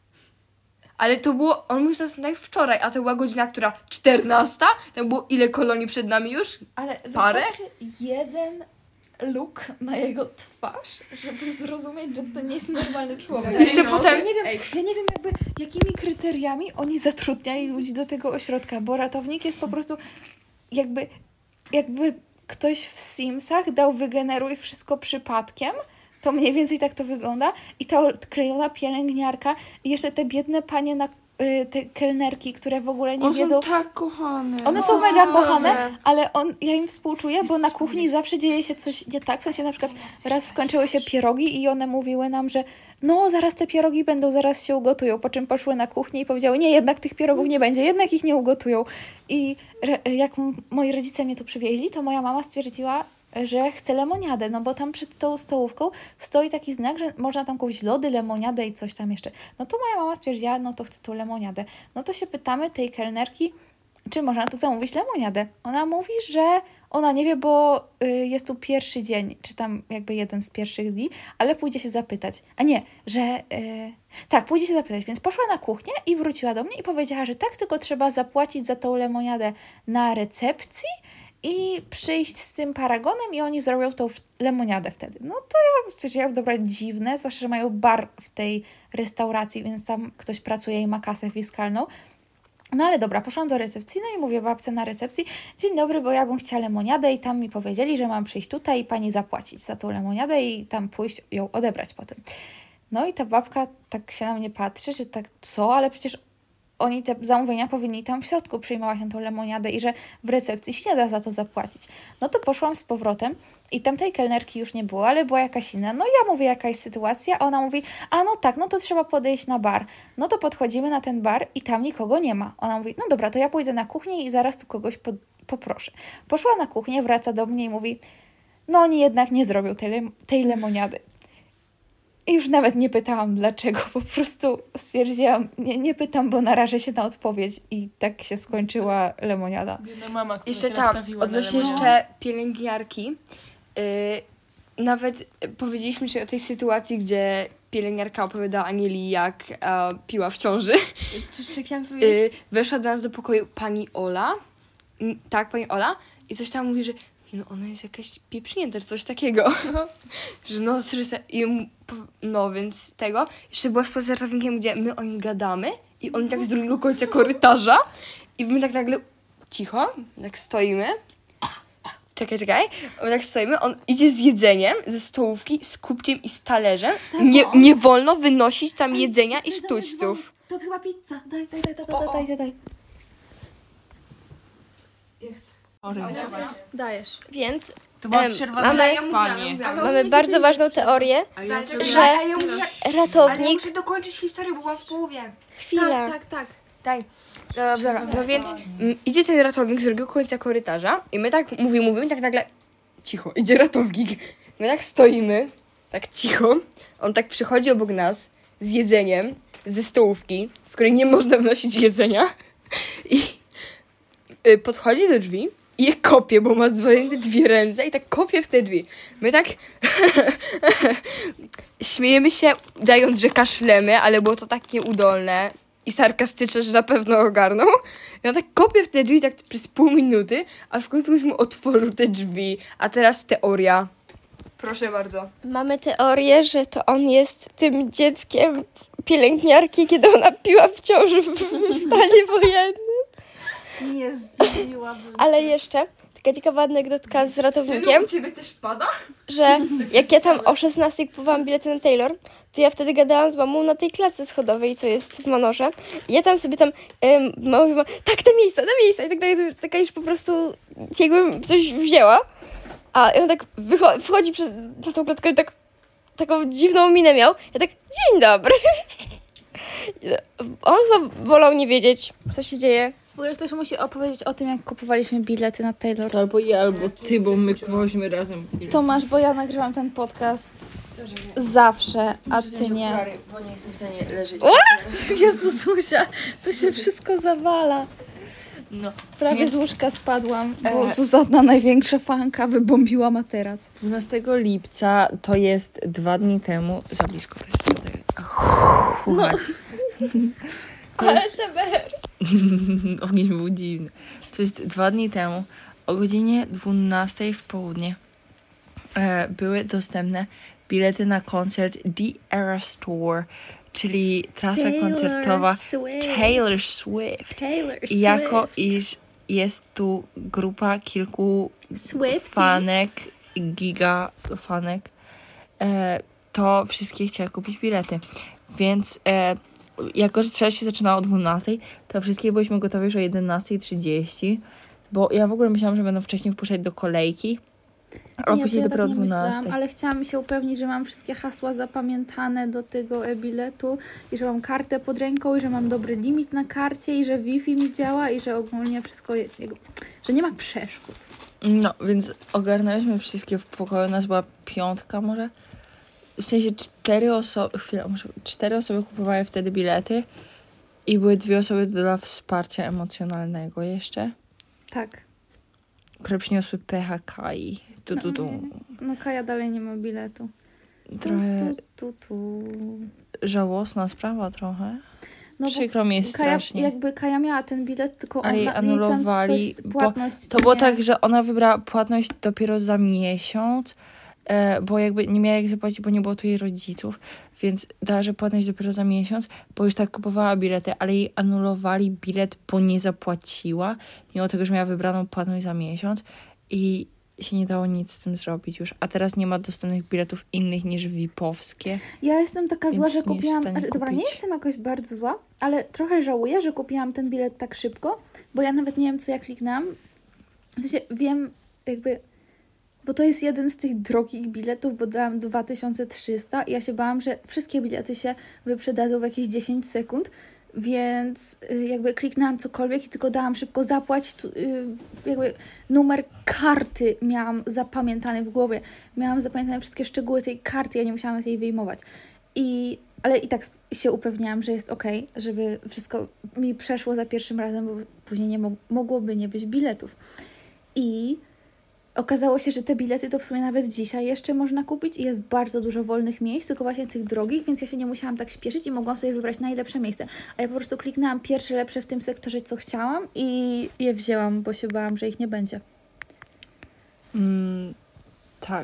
Ale to było, on myślał tak wczoraj, a to była godzina, która 14? Tam było ile kolonii przed nami już? Ale Parę? wystarczy jeden look na jego twarz, żeby zrozumieć, że to nie jest normalny człowiek. Jeszcze potem... Ja nie wiem jakby jakimi kryteriami oni zatrudniali ludzi do tego ośrodka, bo ratownik jest po prostu jakby ktoś w Simsach dał wygeneruj wszystko przypadkiem, to mniej więcej tak to wygląda i ta odklejona pielęgniarka i jeszcze te biedne panie te kelnerki, które w ogóle nie wiedzą. tak kochane. One są mega kochane, ale ja im współczuję, bo na kuchni zawsze dzieje się coś nie tak. W sensie na przykład raz skończyły się pierogi i one mówiły nam, że no zaraz te pierogi będą, zaraz się ugotują. Po czym poszły na kuchnię i powiedziały, nie, jednak tych pierogów nie będzie, jednak ich nie ugotują. I jak moi rodzice mnie tu przywieźli, to moja mama stwierdziła, że chce lemoniadę, no bo tam przed tą stołówką stoi taki znak, że można tam kupić lody, lemoniadę i coś tam jeszcze. No to moja mama stwierdziła, no to chce tą lemoniadę. No to się pytamy tej kelnerki, czy można tu zamówić lemoniadę. Ona mówi, że ona nie wie, bo jest tu pierwszy dzień, czy tam jakby jeden z pierwszych dni, ale pójdzie się zapytać. A nie, że... tak, pójdzie się zapytać, więc poszła na kuchnię i wróciła do mnie i powiedziała, że tak, tylko trzeba zapłacić za tą lemoniadę na recepcji i przyjść z tym paragonem i oni zrobią tą lemoniadę wtedy. No to ja stwierdziłam, dobra, dziwne, zwłaszcza, że mają bar w tej restauracji, więc tam ktoś pracuje i ma kasę fiskalną. No ale dobra, poszłam do recepcji, no i mówię babce na recepcji, dzień dobry, bo ja bym chciała lemoniadę i tam mi powiedzieli, że mam przyjść tutaj i pani zapłacić za tą lemoniadę i tam pójść ją odebrać potem. No i ta babka tak się na mnie patrzy, że tak co, ale przecież oni te zamówienia powinni tam w środku przyjmować na tą lemoniadę i że w recepcji się nie da za to zapłacić. No to poszłam z powrotem i tamtej kelnerki już nie było, ale była jakaś inna. No ja mówię, jaka jest sytuacja, a ona mówi, a no tak, no to trzeba podejść na bar. No to podchodzimy na ten bar i tam nikogo nie ma. Ona mówi, no dobra, to ja pójdę na kuchnię i zaraz tu kogoś poproszę. Poszła na kuchnię, wraca do mnie i mówi, no oni jednak nie zrobią tej lemoniady. I już nawet nie pytałam dlaczego, po prostu stwierdziłam, nie pytam, bo narażę się na odpowiedź i tak się skończyła lemoniada. Biedna mama, która Jeszcze się tam, nastawiła odnośnie na jeszcze pielęgniarki, nawet powiedzieliśmy się o tej sytuacji, gdzie pielęgniarka opowiadała Anieli, jak piła w ciąży. Jeszcze chciałam powiedzieć, Weszła do nas do pokoju pani Ola, tak, pani Ola, i coś tam mówi, że no ona jest jakaś pieprznięta, czy coś takiego. Że no, no więc tego. Jeszcze była sytuacja z ratownikiem, gdzie my o nim gadamy i on tak z drugiego końca korytarza i my tak nagle cicho, tak stoimy. Czekaj. My tak stoimy, on idzie z jedzeniem ze stołówki, z kubkiem i z talerzem. Nie wolno wynosić tam jedzenia i sztućców. To była pizza, daj. Dajesz. więc To była Em, przerwa mamy- na spanie. mamy bardzo ważną teorię, że ratownik... muszę dokończyć historię, bo byłam w połowie. Chwila. Tak. Daj. Dobra. No więc idzie ten ratownik z drugiego końca korytarza i my tak mówimy, tak nagle cicho, idzie ratownik. My tak stoimy, tak cicho. On tak przychodzi obok nas z jedzeniem ze stołówki, z której nie można wnosić jedzenia i podchodzi do drzwi i je kopie, bo ma zwinięte dwie ręce i tak kopie w te drzwi. My tak śmiejemy się, udając, że kaszlemy, ale było to tak nieudolne i sarkastyczne, że na pewno ogarną. I on tak kopie w te drzwi tak przez pół minuty, aż w końcu ktoś mu otworzył te drzwi. A teraz teoria. Proszę bardzo. Mamy teorię, że to on jest tym dzieckiem pielęgniarki, kiedy ona piła w ciąży w stanie wojennym. Nie zdziwiłabym Ale jeszcze taka ciekawa anegdotka z ratownikiem, ciebie też pada? że jak ja tam o 16 kupowałam bilety na Taylor, to ja wtedy gadałam z mamą na tej klatce schodowej, co jest w Manorze. I ja tam sobie mama mówiła, tak, te miejsca. I tak dalej, taka już po prostu jakbym coś wzięła. A on tak wchodzi na tą klatkę i tak taką dziwną minę miał. Ja tak, dzień dobry. On chyba wolał nie wiedzieć, co się dzieje. W ogóle ktoś musi opowiedzieć o tym, jak kupowaliśmy bilety na Taylor. Albo ja, albo ty, bo my kupowałyśmy razem. Tomasz, bo ja nagrywam ten podcast zawsze, a ty nie. Bo nie jestem w stanie leżeć. Jezususia, to się wszystko zawala. No. Prawie z łóżka spadłam, bo Zuzanna, największa fanka, wybombiła materac. 12 lipca to jest 2 dni temu. Za blisko też tutaj. No. Ale ogień był dziwny. To jest 2 dni temu o godzinie 12 w południe były dostępne bilety na koncert The Eras Tour, czyli trasa koncertowa Taylor Swift. I jako iż jest tu grupa kilku fanek, giga fanek, to wszystkie chciały kupić bilety. Więc jako, że sprzedaż się zaczynała o 12, to wszystkie byliśmy gotowi już o 11:30, bo ja w ogóle myślałam, że będą wcześniej wpuszczać do kolejki, a Nie, później to ja dopiero tak o nie 12. myślałam, ale chciałam się upewnić, że mam wszystkie hasła zapamiętane do tego biletu i że mam kartę pod ręką i że mam dobry limit na karcie i że Wi-Fi mi działa i że ogólnie wszystko, że nie ma przeszkód. No, więc ogarnęliśmy wszystkie w pokoju, nas była 5 może. W sensie 4 osoby, 4 osoby kupowały wtedy bilety i były 2 osoby dla wsparcia emocjonalnego jeszcze, Tak. które przyniosły pecha Kai. No Kaja dalej nie ma biletu. Trochę Tu. żałosna sprawa trochę. No bo Przykro mi jest strasznie. Kaja miała ten bilet, tylko Ale jej anulowali, jej tam coś, płatność. To było nie. tak, że ona wybrała płatność dopiero za miesiąc, bo jakby nie miała jak zapłacić, bo nie było tu jej rodziców, więc dała, że płatność dopiero za miesiąc, bo już tak kupowała bilety, ale jej anulowali bilet, bo nie zapłaciła, mimo tego, że miała wybraną płatność za miesiąc i się nie dało nic z tym zrobić już. A teraz nie ma dostępnych biletów innych niż VIP-owskie. Ja jestem taka zła, Więc że nie jest kupiłam. w stanie Dobra, nie kupić. jestem jakoś bardzo zła, ale trochę żałuję, że kupiłam ten bilet tak szybko, bo ja nawet nie wiem, co ja kliknęłam. W sensie wiem, jakby. Bo to jest jeden z tych drogich biletów, bo dałam 2300 i ja się bałam, że wszystkie bilety się wyprzedadzą w jakieś 10 sekund, więc jakby kliknęłam cokolwiek i tylko dałam szybko zapłać, jakby numer karty miałam zapamiętany w głowie. Miałam zapamiętane wszystkie szczegóły tej karty, ja nie musiałam jej wyjmować. Ale i tak się upewniałam, że jest okej, żeby wszystko mi przeszło za pierwszym razem, bo później nie mogłoby nie być biletów. I okazało się, że te bilety to w sumie nawet dzisiaj jeszcze można kupić i jest bardzo dużo wolnych miejsc, tylko właśnie tych drogich, więc ja się nie musiałam tak śpieszyć i mogłam sobie wybrać najlepsze miejsce. A ja po prostu kliknęłam pierwsze lepsze w tym sektorze, co chciałam i je wzięłam, bo się bałam, że ich nie będzie. Tak.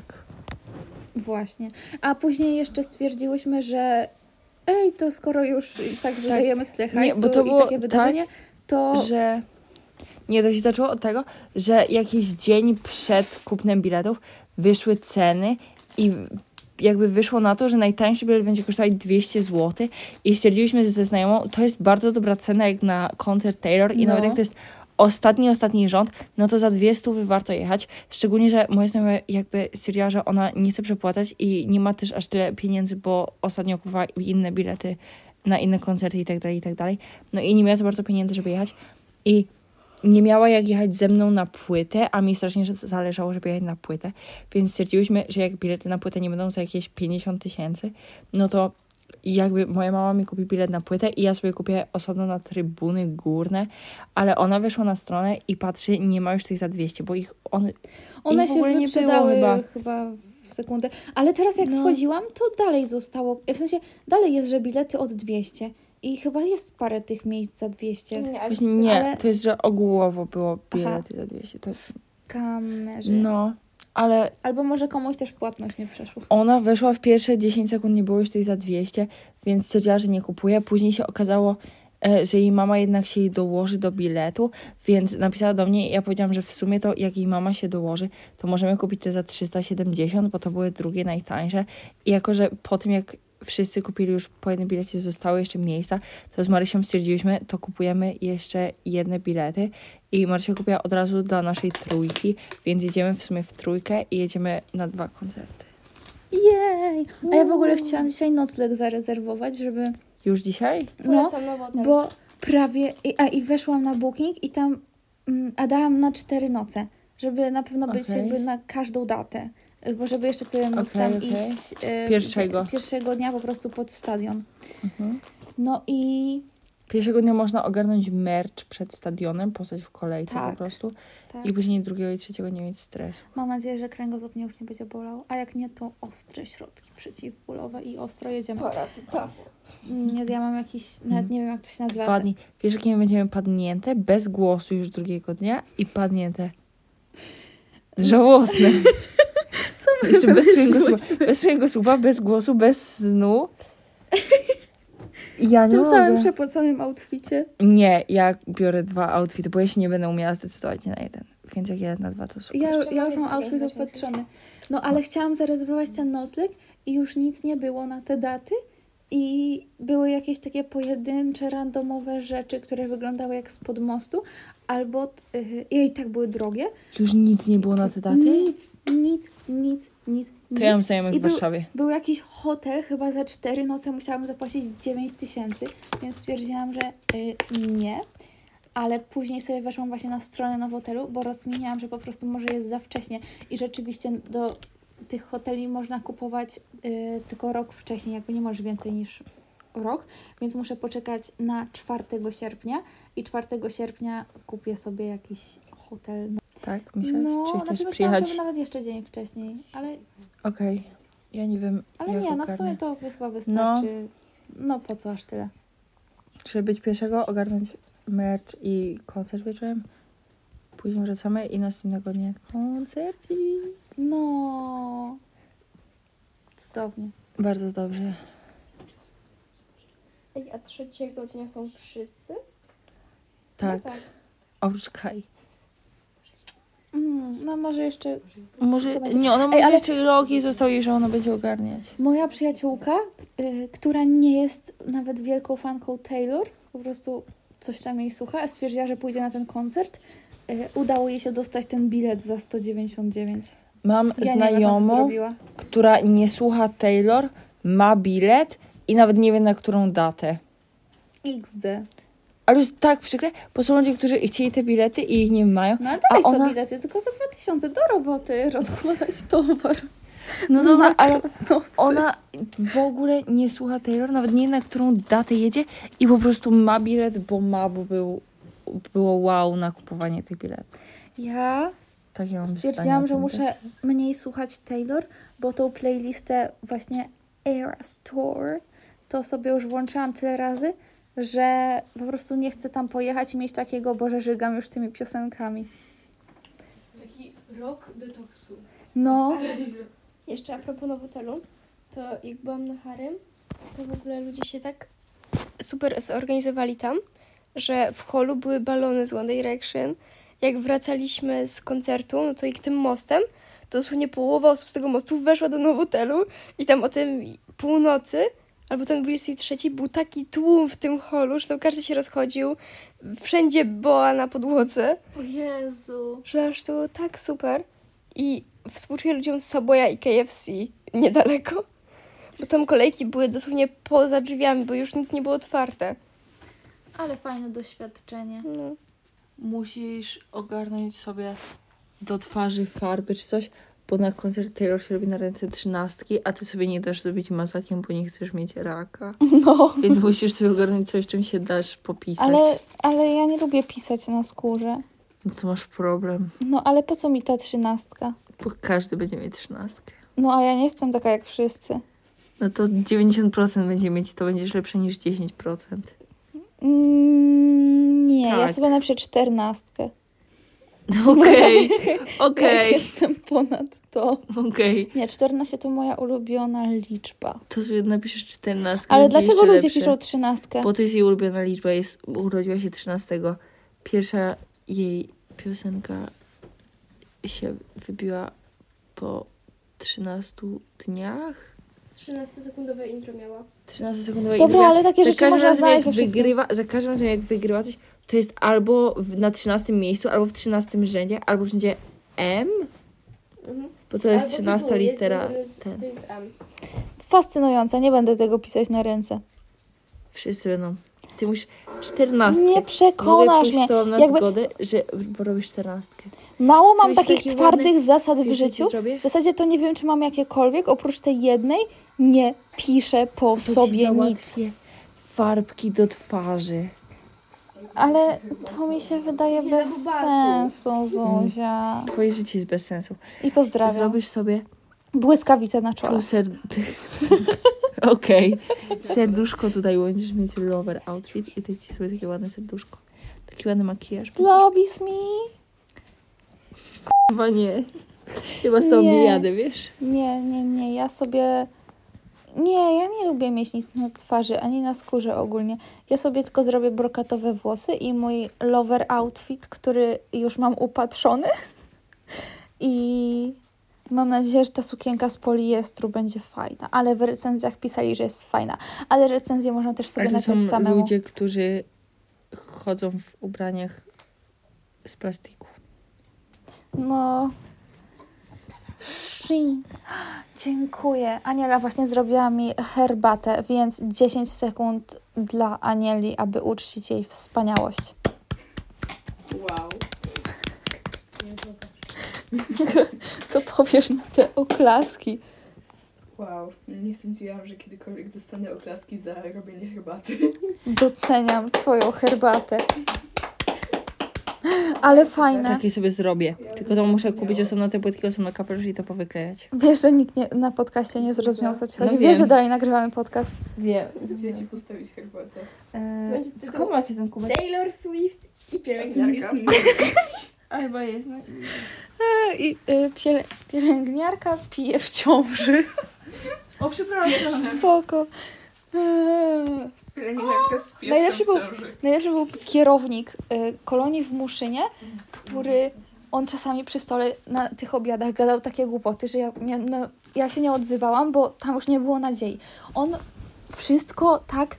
Właśnie. A później jeszcze stwierdziłyśmy, że to skoro już i tak wydajemy tyle hajsu bo to i było takie wydarzenie, to... Że... Nie, to się zaczęło od tego, że jakiś dzień przed kupnem biletów wyszły ceny i jakby wyszło na to, że najtańszy bilet będzie kosztować 200 zł i stwierdziliśmy ze znajomą, to jest bardzo dobra cena jak na koncert Taylor i nawet jak to jest ostatni rząd, no to za 200 warto jechać. Szczególnie, że moja znajoma jakby stwierdziła, że ona nie chce przepłacać i nie ma też aż tyle pieniędzy, bo ostatnio kupowała inne bilety na inne koncerty i tak dalej. No i nie miała za bardzo pieniędzy, żeby jechać i nie miała jak jechać ze mną na płytę, a mi strasznie zależało, żeby jechać na płytę, więc stwierdziłyśmy, że jak bilety na płytę nie będą za jakieś 50 000, no to jakby moja mama mi kupi bilet na płytę i ja sobie kupię osobno na trybuny górne, ale ona weszła na stronę i patrzy, nie ma już tych za 200, bo One ich w się ogóle nie wyprzedały było chyba w sekundę. Ale teraz jak wchodziłam, to dalej zostało, w sensie dalej jest, że bilety od 200 i chyba jest parę tych miejsc za 200. Nie, to jest, że ogółowo było bilety za 200. To jest... Kamerzy. No, ale Albo może komuś też płatność nie przeszła. ona weszła w pierwsze 10 sekund, nie było już tych za 200, więc stwierdziła, że nie kupuje. Później się okazało, że jej mama jednak się jej dołoży do biletu, więc napisała do mnie i ja powiedziałam, że w sumie to jak jej mama się dołoży, to możemy kupić te za 370, bo to były drugie najtańsze. I jako, że po tym jak wszyscy kupili już po jednym bilecie, zostały jeszcze miejsca, to z Marysią stwierdziliśmy, to kupujemy jeszcze jedne bilety i Marysia kupiła od razu dla naszej trójki, więc jedziemy w sumie w trójkę i jedziemy na 2 koncerty. Jej! A ja w ogóle chciałam dzisiaj nocleg zarezerwować, żeby... Już dzisiaj? No, bo prawie... I weszłam na booking i tam... A dałam na 4 noce, żeby na pewno być jakby na każdą datę. Bo żeby jeszcze sobie móc tam iść... Pierwszego. Pierwszego dnia po prostu pod stadion. No i Pierwszego dnia można ogarnąć merch przed stadionem, postać w kolejce Tak. po prostu. Tak. I później drugiego i trzeciego nie mieć stresu. Mam nadzieję, że kręgosłup mnie już nie będzie bolał, a jak nie, to ostre środki przeciwbólowe i ostro jedziemy. Paracetamol. Nie, ja mam jakiś, nawet nie wiem jak to się nazywa. 2 dni. Wiesz, jakie my będziemy padnięte? Bez głosu już drugiego dnia i padnięte. Żałosne. Co my Jeszcze bez wymyśliłyśmy? swojego słupa, bez głosu, bez snu. Ja W nie tym samym mogę. przepoconym outficie. Nie, ja biorę 2 outfity, bo ja się nie będę umiała zdecydować na jeden. Więc jak jeden na 2 to super. Ja już mam outfit opatrzony. No ale chciałam zarezerwować ten nocleg i już nic nie było na te daty. I były jakieś takie pojedyncze, randomowe rzeczy, które wyglądały jak spod mostu. Albo i tak były drogie. Już nic nie było na te daty? Nic. To ja mam znajomych I w Warszawie. Był jakiś hotel, chyba za 4 noce musiałam zapłacić 9 000, więc stwierdziłam, że nie. Ale później sobie weszłam właśnie na stronę Nowotelu, bo rozkminiałam, że po prostu może jest za wcześnie. I rzeczywiście do tych hoteli można kupować tylko rok wcześniej, jakby nie możesz więcej niż rok, więc muszę poczekać na 4 sierpnia i 4 sierpnia kupię sobie jakiś hotel. Tak? Myślałeś? No, Czy chcesz znaczy myślałam, przyjechać? żeby nawet jeszcze dzień wcześniej, ale Okej. Ja nie wiem, Ale jak nie, no w ogarnę. sumie to chyba wystarczy. No po co aż tyle? Żeby być pierwszego, ogarnąć merch i koncert wieczorem. Później wracamy i następnego dnia koncert i... No. Cudownie. Bardzo dobrze. Ej, a trzeciego dnia są wszyscy? Tak. No tak. Oprócz Kai. No może jeszcze Może... Chyba- Nie, ona może ale- jeszcze rok i został jej, że ona będzie ogarniać. moja przyjaciółka, która nie jest nawet wielką fanką Taylor, po prostu coś tam jej słucha, a stwierdziła, że pójdzie na ten koncert. Udało jej się dostać ten bilet za 199. Mam Ja nie wiem, jak ona to znajomą, zrobiła. która nie słucha Taylor, ma bilet i nawet nie wie na którą datę. XD. Ale jest tak przykre, bo są ludzie, którzy chcieli te bilety i ich nie mają. No ale A daj ona- sobie bilety, tylko za 2000 do roboty rozkładać towar. No dobra, ale No, ona w ogóle nie słucha Taylor, nawet nie wie na którą datę jedzie i po prostu ma bilet, bo było wow na kupowanie tych biletów. ja Takie mam zdanie stwierdziłam, na że ten muszę temat. mniej słuchać Taylor, bo tą playlistę właśnie Eras Tour to sobie już włączyłam tyle razy, że po prostu nie chcę tam pojechać i mieć takiego, Boże, żygam już tymi piosenkami. Taki rok detoksu. No, Jeszcze a propos Nowotelu, to jak byłam na Harym, to w ogóle ludzie się tak super zorganizowali tam, że w holu były balony z One Direction. Jak wracaliśmy z koncertu, no to i tym mostem, to dosłownie połowa osób z tego mostu weszła do Nowotelu i tam o tym północy, albo ten 23 był taki tłum w tym holu, że tam każdy się rozchodził, wszędzie boa na podłodze. o Jezu. Że aż to było tak super. I współczuję ludziom z Subwaya i KFC niedaleko, bo tam kolejki były dosłownie poza drzwiami, bo już nic nie było otwarte. Ale fajne doświadczenie. No. Musisz ogarnąć sobie do twarzy farby czy coś, bo na koncert Taylor się robi na ręce 13, a ty sobie nie dasz zrobić mazakiem, bo nie chcesz mieć raka. No, Więc musisz sobie ogarnąć coś, czym się dasz popisać. ale ja nie lubię pisać na skórze. No to masz problem, No, ale po co mi ta 13? bo każdy będzie mieć 13. No, a ja nie jestem taka jak wszyscy. No to 90% będzie mieć, to będziesz lepsze niż 10%. Nie, ja Tak. sobie napiszę 14. Okej, Ja okej, jestem ponad to. okej. Nie, 14 to moja ulubiona liczba. To sobie napiszesz 14. Ale będzie dlaczego jeszcze ludzie lepsze. piszą 13? Bo to jest jej ulubiona liczba, urodziła się 13. Pierwsza jej piosenka się wybiła po 13 dniach. 13-sekundowe intro miała. 13-sekundowe Dobra, intro. ale takie rzeczy można znaleźć we wszystkim. Za każdym razem jak wygrywa coś, to jest albo na 13 miejscu, albo w 13 rzędzie, albo wszędzie M, bo to jest 13 litera. Ten. Co jest M. Fascynujące, nie będę tego pisać na ręce. Wszyscy będą. Ty musisz 14. Nie Mogę przekonasz pójść mnie. z tobą na Jakby zgodę, że robisz 14. mało mam Zrobić takich taki twardych zasad w wiesz, co życiu. zrobię? W zasadzie to nie wiem, czy mam jakiekolwiek, oprócz tej jednej, nie piszę po sobie nic. farbki do twarzy. Ale to mi się wydaje bez sensu, Zuzia. Twoje życie jest bez sensu. I pozdrawiam. Zrobisz sobie Błyskawice na czole. tu Okej. Serduszko tutaj będziesz mieć lover outfit i ty ci sobie takie ładne serduszko. Taki ładny makijaż. Zlobisz mi? Chyba nie. Chyba sobie jadę, wiesz? Nie, ja sobie... Nie, ja nie lubię mieć nic na twarzy, ani na skórze ogólnie. Ja sobie tylko zrobię brokatowe włosy i mój lover outfit, który już mam upatrzony. I mam nadzieję, że ta sukienka z poliestru będzie fajna. Ale w recenzjach pisali, że jest fajna. Ale recenzję można też sobie Ale to napisać są samemu. ludzie, którzy chodzą w ubraniach z plastiku. No. Shein. Dziękuję. Aniela właśnie zrobiła mi herbatę, więc 10 sekund dla Anieli, aby uczcić jej wspaniałość. Wow. Co powiesz na te oklaski? Wow. Nie sądziłam, że kiedykolwiek dostanę oklaski za robienie herbaty. Doceniam twoją herbatę. Ale fajne. Takie sobie zrobię. Tylko to muszę kupić osobno te płytki, osobno kapelusz i to powyklejać. Wiesz, że nikt na podcaście nie zrozumiał, o co ci No chodzi. wiem. Wiesz, że dalej nagrywamy podcast. Wiem. Chcę ci postawić herbatę. Skąd macie ten kubek? Taylor Swift i Pielęgniarka. A chyba jest, no. I pielęgniarka pije w ciąży. O, przepraszam. Spoko. Pielęgniarka z Najlepszy pierwszą był- w ciąży. Najlepszy był kierownik kolonii w Muszynie, który on czasami przy stole na tych obiadach gadał takie głupoty, że ja się nie odzywałam, bo tam już nie było nadziei. On wszystko tak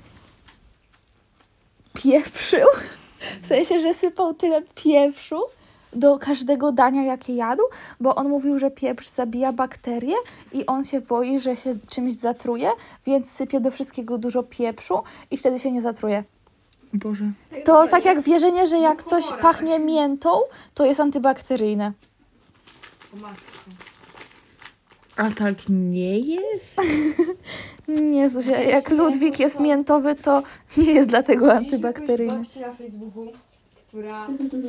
pieprzył, w sensie, że sypał tyle pieprzu do każdego dania, jakie jadł, bo on mówił, że pieprz zabija bakterie i on się boi, że się czymś zatruje, więc sypie do wszystkiego dużo pieprzu i wtedy się nie zatruje. Boże. To tak jak wierzenie, że jak coś pachnie miętą, to jest antybakteryjne. A tak nie jest? Nie, Zuzia, jak Ludwik jest miętowy, to nie jest dlatego antybakteryjny. Babci na Facebooku, która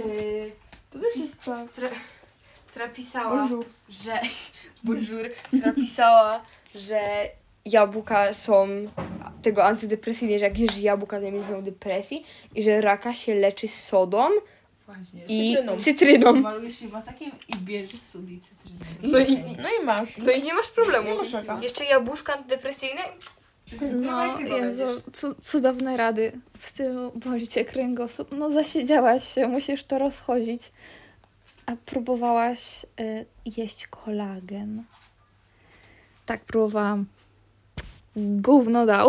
która pisała, że bonjour, która pisała, że jabłka są tego antydepresyjne, że jak jesz jabłka, to nie będziesz miał depresji i że raka się leczy sodą Właśnie. i cytryną. Malujesz się masakiem i bierzesz sód i cytrynę. No i masz. No i nie masz problemu. Jeszcze jabłuszka antydepresyjne. No, Jezu, cudowne rady. W stylu boli cię kręgosłup. No zasiedziałaś się, musisz to rozchodzić. A próbowałaś jeść kolagen? Tak, próbowałam. Gówno dał.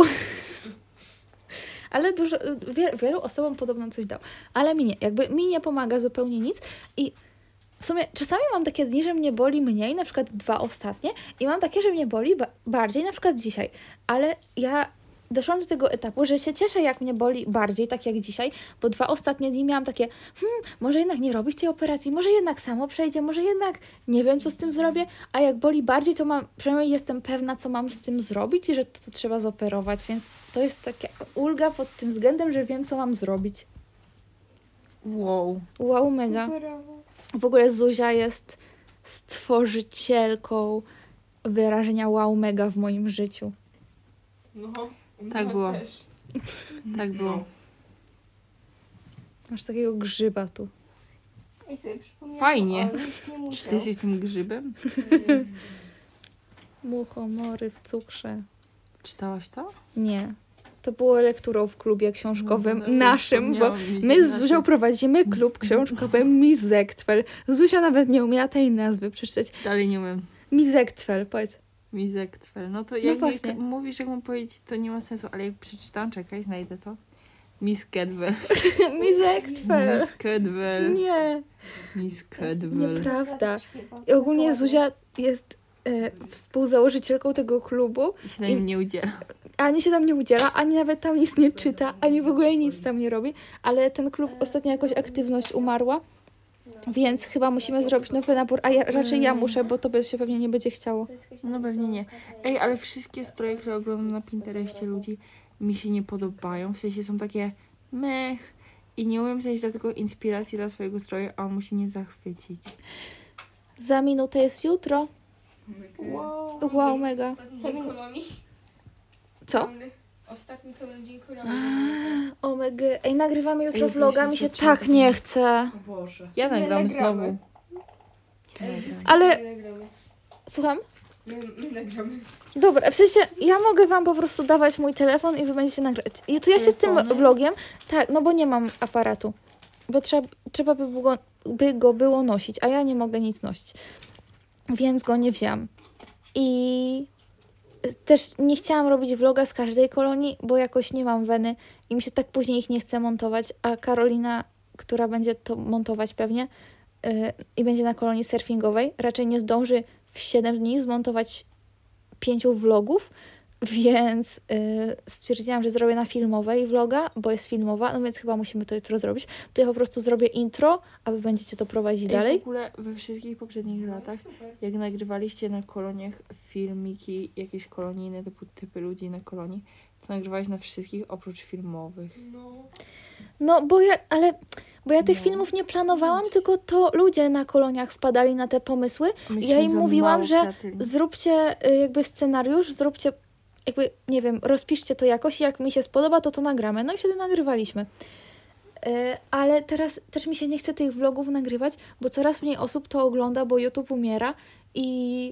Ale wielu osobom podobno coś dał. Ale mi nie. Jakby mi nie pomaga zupełnie nic. I w sumie czasami mam takie dni, że mnie boli mniej, na przykład 2 ostatnie. I mam takie, że mnie boli bardziej, na przykład dzisiaj. Ale ja doszłam do tego etapu, że się cieszę, jak mnie boli bardziej, tak jak dzisiaj, bo 2 ostatnie dni miałam takie, może jednak nie robić tej operacji, może jednak samo przejdzie, może jednak nie wiem, co z tym zrobię, a jak boli bardziej, to przynajmniej jestem pewna, co mam z tym zrobić i że to trzeba zoperować, więc to jest taka ulga pod tym względem, że wiem, co mam zrobić. Wow. Wow, mega. W ogóle Zuzia jest stworzycielką wyrażenia wow, mega w moim życiu. No, Tak było. Tak było. Masz takiego grzyba tu. I sobie przypomniałam, Fajnie. o, nikt nie Czy musiał. ty jesteś tym grzybem? Muchomory w cukrze. Czytałaś to? Nie. To było lekturą w klubie książkowym No, naszym, bo wspomniałam mi my z naszym. Zuzią prowadzimy klub książkowy Mizektwel. Zuzia nawet nie umiała tej nazwy przeczytać. Dalej nie umiem. Mizektwel, powiedz. Mizektwel. No to jak właśnie. mówisz, jak mam powiedzieć, to nie ma sensu, ale jak przeczytam, czekaj, znajdę to. Miskedwel. Mizektwel. Miskedwel. Nie, Miskedwel. nieprawda. I ogólnie Zuzia jest współzałożycielką tego klubu. I się na nim nie udziela. Ani się tam nie udziela, ani nawet tam nic nie czyta, ani w ogóle nic tam nie robi, ale ten klub ostatnio jakoś aktywność umarła, więc chyba musimy zrobić nowy nabór, a raczej ja muszę, bo to się pewnie nie będzie chciało. No pewnie nie. Ej, ale wszystkie stroje, które oglądam na Pinterestie ludzi, mi się nie podobają, w sensie są takie mech i nie umiem znaleźć dlatego inspiracji dla swojego stroju, a on musi mnie zachwycić. Za minutę jest jutro. Wow, mega. Dzień kolonii. Co? Ostatni pełny dzień kolonii. Omega. Ej, nagrywamy jutro Ej, vloga, proszę, mi się zaczynamy. tak nie chce. O Boże. Ja nagram nagramy. znowu. Ale, My nagramy. słucham? My nagramy. Dobra, w sensie ja mogę wam po prostu dawać mój telefon i wy będziecie nagrać. I to ja się z tym Telefonem? vlogiem, tak, no bo nie mam aparatu. Bo trzeba by go było nosić, a ja nie mogę nic nosić. Więc go nie wzięłam. I też nie chciałam robić vloga z każdej kolonii, bo jakoś nie mam weny i mi się tak później ich nie chce montować, a Karolina, która będzie to montować pewnie i będzie na kolonii surfingowej, raczej nie zdąży w 7 dni zmontować 5 vlogów, więc stwierdziłam, że zrobię na filmowej vloga, bo jest filmowa, no więc chyba musimy to jutro zrobić. To ja po prostu zrobię intro, a wy będziecie to prowadzić Ej, dalej. w ogóle we wszystkich poprzednich latach, jak nagrywaliście na koloniach filmiki, jakieś kolonijne typy ludzi na kolonii, to nagrywałeś na wszystkich oprócz filmowych. No, bo ja tych filmów nie planowałam, tylko to ludzie na koloniach wpadali na te pomysły. Myśmy Ja im za mówiłam, mało że kreatywni. zróbcie jakby scenariusz, zróbcie jakby, nie wiem, rozpiszcie to jakoś i jak mi się spodoba, to nagramy. No i wtedy nagrywaliśmy. Ale teraz też mi się nie chce tych vlogów nagrywać, bo coraz mniej osób to ogląda, bo YouTube umiera i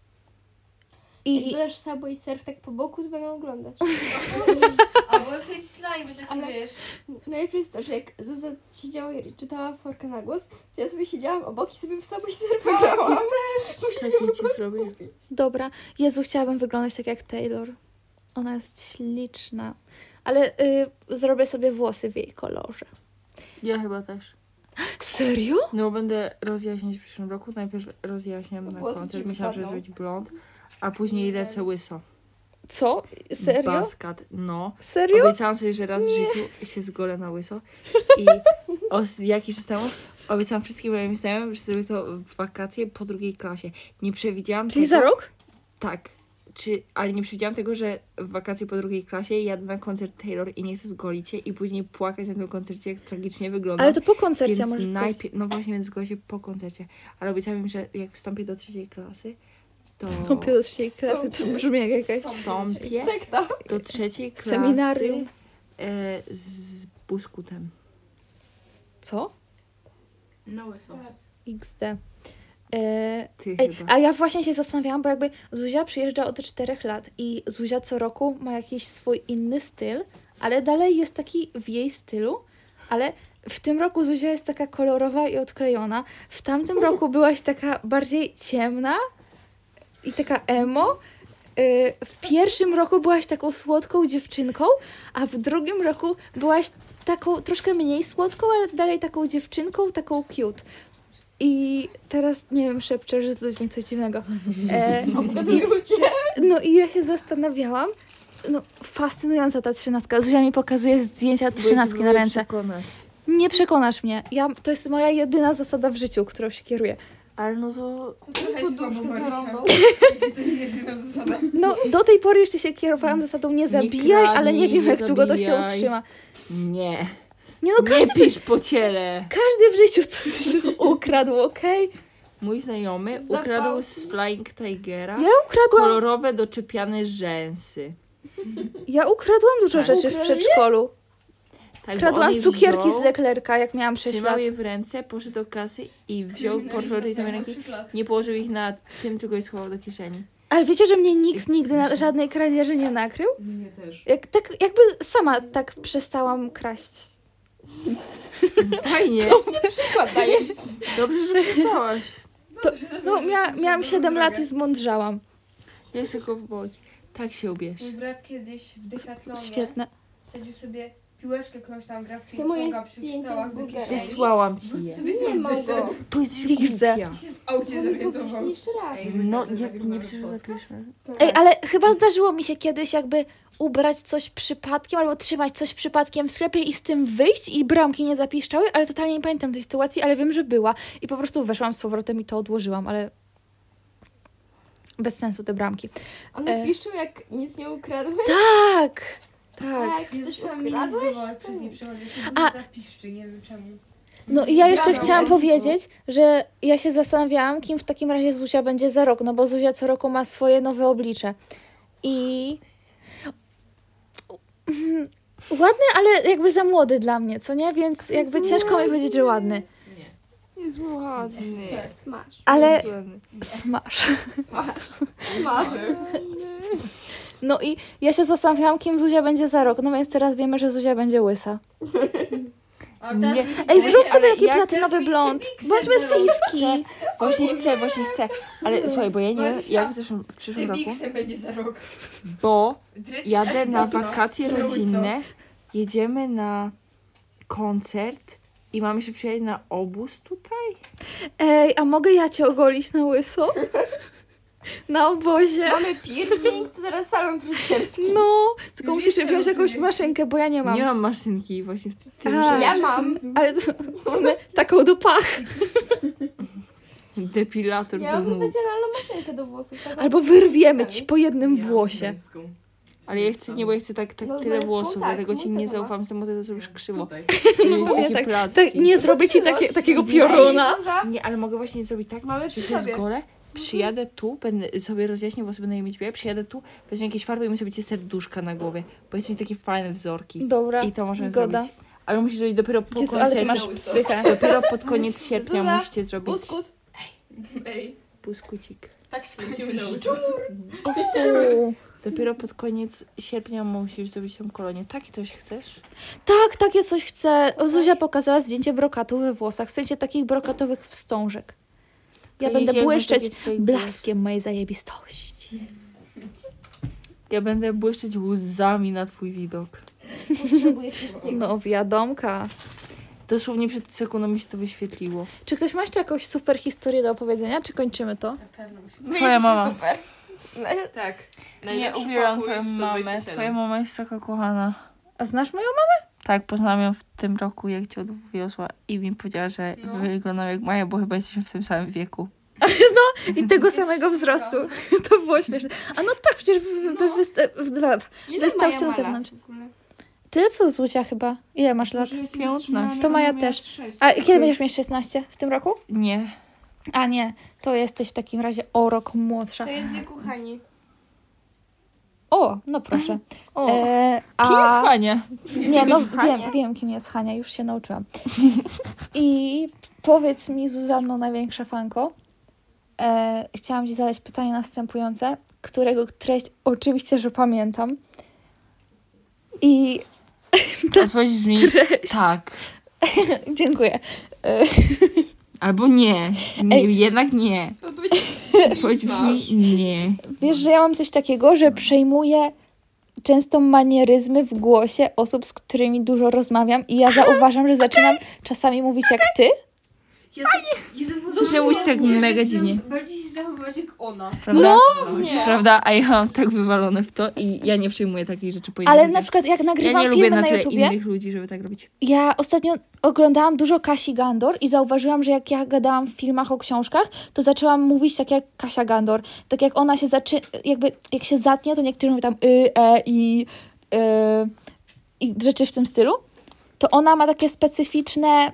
Jak dodasz Subway Surf tak po boku, to będą oglądać. Albo jakieś slajmy, takie Ale- wiesz. Najlepsze jest to, że jak Zuza siedziała i czytała Forkę na głos, to ja sobie siedziałam obok i sobie w Subway Surf grałam. Czekaj, ci zrobię. dobra. Jezu, chciałabym wyglądać tak jak Taylor. Ona jest śliczna. Ale zrobię sobie włosy w jej kolorze. Ja chyba też. Serio? No bo będę rozjaśniać w przyszłym roku. Najpierw rozjaśniam na Włosy koncert. ci Myślałam, że wypadną. zrobić blond, a później lecę łyso. Co? Serio? Baskat, no. Serio? Obiecałam sobie, że raz w życiu się zgolę na łyso. I jakiś czas temu obiecałam wszystkim moim znajomym, że zrobię to w wakacje po 2 klasie. Nie przewidziałam Czyli tego. za rok? Tak. Ale nie przewidziałam tego, że w wakacje po 2 klasie jadę na koncert Taylor i nie chcę zgolić się i później płakać na tym koncercie, jak tragicznie wygląda. Ale to po koncercie Więc możesz skończyć. najpierw, no właśnie, więc zgolę się po koncercie. Ale obiecałam im, że jak wstąpię do 3 klasy, to Wstąpię do 3 klasy, to brzmi jak jakaś... wstąpię Sekta. do 3 klasy Seminarium. Z buskutem. Co? No łyso. XD. Ty Ej, chyba. a ja właśnie się zastanawiałam, bo jakby Zuzia przyjeżdża od 4 lat i Zuzia co roku ma jakiś swój inny styl, ale dalej jest taki w jej stylu, ale w tym roku Zuzia jest taka kolorowa i odklejona. W tamtym roku byłaś taka bardziej ciemna i taka emo. W pierwszym roku byłaś taką słodką dziewczynką, a w drugim roku byłaś taką troszkę mniej słodką, ale dalej taką dziewczynką, taką cute. I teraz, nie wiem, szepczesz z ludźmi coś dziwnego. No i ja się zastanawiałam, no fascynująca ta 13. Zuzia mi pokazuje zdjęcia 13 na ręce. Przekonać. Nie przekonasz mnie. To jest moja jedyna zasada w życiu, którą się kieruję. Ale no to... To trochę słabo, Marysia. To jest jedyna zasada. No, do tej pory jeszcze się kierowałam zasadą nie zabijaj, ale nie kradnij, wiem, nie jak długo to się zabijaj. utrzyma. Nie. Nie no, Nie pisz po ciele. każdy w życiu coś ukradł, okej? Mój znajomy Zapałki. ukradł z Flying Tigera Ja ukradłam, kolorowe doczepiane rzęsy. ja ukradłam dużo Tak. rzeczy w przedszkolu. Tak, bo on Kradłam je cukierki wziął, z Leclerca, jak miałam 6 trzymał lat. je w ręce, poszedł do kasy i wziął portfel z ręki. Nie położył ich na tym, tylko je schował do kieszeni. Ale wiecie, że mnie nikt nigdy na żadnej kradzieży nie nakrył? Mnie też. Jakby sama tak przestałam kraść. Fajnie. Przykład dajesz. Dobrze, że przestałaś. No, miałam 7 lat i zmądrzałam. Ja chcę go wywołać. Tak się ubierz. Mój brat kiedyś w Decathlonie Świetne. wsadził sobie piłeczkę, którąś tam gra w Chcę moje ping-ponga przy zdjęcia stołach z do Bułgarii. kieszeni. Wysłałam ci je. Sobie Nie ma wyszedł. go. To jest XD. głupia. W aucie zorientował. jeszcze raz. No, jak nie przyszło za pierwszym. Ej, ale chyba zdarzyło mi się kiedyś jakby ubrać coś przypadkiem albo trzymać coś przypadkiem w sklepie i z tym wyjść i bramki nie zapiszczały, ale totalnie nie pamiętam tej sytuacji, ale wiem, że była. I po prostu weszłam z powrotem i to odłożyłam, ale bez sensu te bramki. One piszczą, jak nic nie ukradłeś. Tak! Tak. Chcesz przez nie przechodzę się A- zapiszczy, nie wiem czemu. No i ja jeszcze chciałam powiedzieć, że ja się zastanawiałam, kim w takim razie Zuzia będzie za rok, no bo Zuzia co roku ma swoje nowe oblicze. I ładny, ale jakby za młody dla mnie, co nie? Więc jakby ciężko mi powiedzieć, że ładny. Jest ładny. Smash. Ale smash. Smash. No i ja się zastanawiałam, kim Zuzia będzie za rok, no więc teraz wiemy, że Zuzia będzie łysa. Nie. Ej, zrób sobie taki jak platynowy blond. Bądźmy siski. Właśnie chcę. Ale słuchaj, bo ja nie wiem, jak w przyszłym roku, Sybiksem będzie za rok. bo Dres jadę na Adidaso. wakacje rodzinne, jedziemy na koncert i mamy się przyjechać na obóz tutaj. Ej, a mogę ja cię ogolić na łyso? Na obozie. Mamy piercing, to zaraz salon fryzjerski. No, tylko Już musisz jestem wziąć jakąś fryzjerski. maszynkę, bo ja nie mam. Nie mam maszynki właśnie w tym, A, że Ja mam. Ale to w sumie taką do pach. depilator Ja do mam nóg. profesjonalną maszynkę do włosów. Taką Albo wyrwiemy ci po jednym włosie. Ale ja chcę, nie, bo ja chcę tak No, tyle męską, włosów, tak, dlatego ci mój nie też ma. zaufam, z tym, bo ty to zrobisz krzywo. Tutaj. No Takie nie, tak, placki. tak, nie zrobię ci takiego pioruna. Nie, ale mogę właśnie zrobić tak, Mamy że przy się sobie. zgolę, przyjadę tu, będę sobie rozjaśnię włosy, będę je mieć białe, przyjadę tu, wezmę jakieś farby i my sobie ci serduszka na głowie, bo jest mi takie fajne wzorki. Dobra, I to możemy zgoda. zrobić. Ale musisz zrobić dopiero po Jezu, ale ty koncercie. masz psychę. Dopiero pod koniec sierpnia Zuza, musicie zrobić Buskut. Ej, puskucik. tak skręcimy na łyso. Fu. Dopiero pod koniec sierpnia musisz zrobić tą kolonię. Takie coś chcesz? Tak, takie coś chcę. Zuzia pokazała zdjęcie brokatu we włosach, w sensie takich brokatowych wstążek. Ja To będę jedziemy błyszczeć takie twoje blaskiem mojej zajebistości. Ja będę błyszczeć łzami na twój widok. Potrzebujesz wszystkiego. No, wiadomka. Dosłownie przed sekundą mi się to wyświetliło. Czy ktoś ma jeszcze jakąś super historię do opowiedzenia, czy kończymy to? Na pewno musimy. My Twoja jesteśmy mama. super. Tak. Nie, Najlepszy uwielbiam pokój twoją jest mamę. 127. Twoja mama jest taka kochana. A znasz moją mamę? Tak, poznałam ją w tym roku, jak cię odwiozła i mi powiedziała, że wyglądam jak Maja, bo chyba jesteśmy w tym samym wieku. I tego samego wzrostu. To było śmieszne. A no tak, przecież wystałyście na zewnątrz. Tyle co Zuzia chyba. Ile masz lat? 15. To Maja też. A kiedy będziesz mieć 16? W tym roku? Nie. A nie, to jesteś w takim razie o rok młodsza. To jest wieku Hani. O, no proszę. O, A... kim jest Hania? Nie, no Hania? wiem kim jest Hania, już się nauczyłam. I powiedz mi, Zuzanno, największa fanko, chciałam ci zadać pytanie następujące, którego treść oczywiście, że pamiętam. I Odpowiedź brzmi tak. dziękuję. Albo nie. Nie, Ej. jednak nie. Odpowiedź brzmi nie. Wiesz, że ja mam coś takiego, że przejmuję często manieryzmy w głosie osób, z którymi dużo rozmawiam i ja zauważam, że zaczynam czasami mówić jak ty. Słyszę mówić tak mega dziwnie. Bardziej się zachowywać jak ona. Prawda? No, Nie. Prawda? A ja mam tak wywalone w to i ja nie przyjmuję takich rzeczy po innych ale ludziach. na przykład jak Ja nagrywam nie lubię filmy na na tle YouTubie, innych ludzi, żeby tak robić. ja ostatnio oglądałam dużo Kasi Gandor i zauważyłam, że jak ja gadałam w filmach o książkach, to zaczęłam mówić tak jak Kasia Gandor. Tak jak ona się jakby jak się zatnie, to niektórzy mówią tam i rzeczy w tym stylu. To ona ma takie specyficzne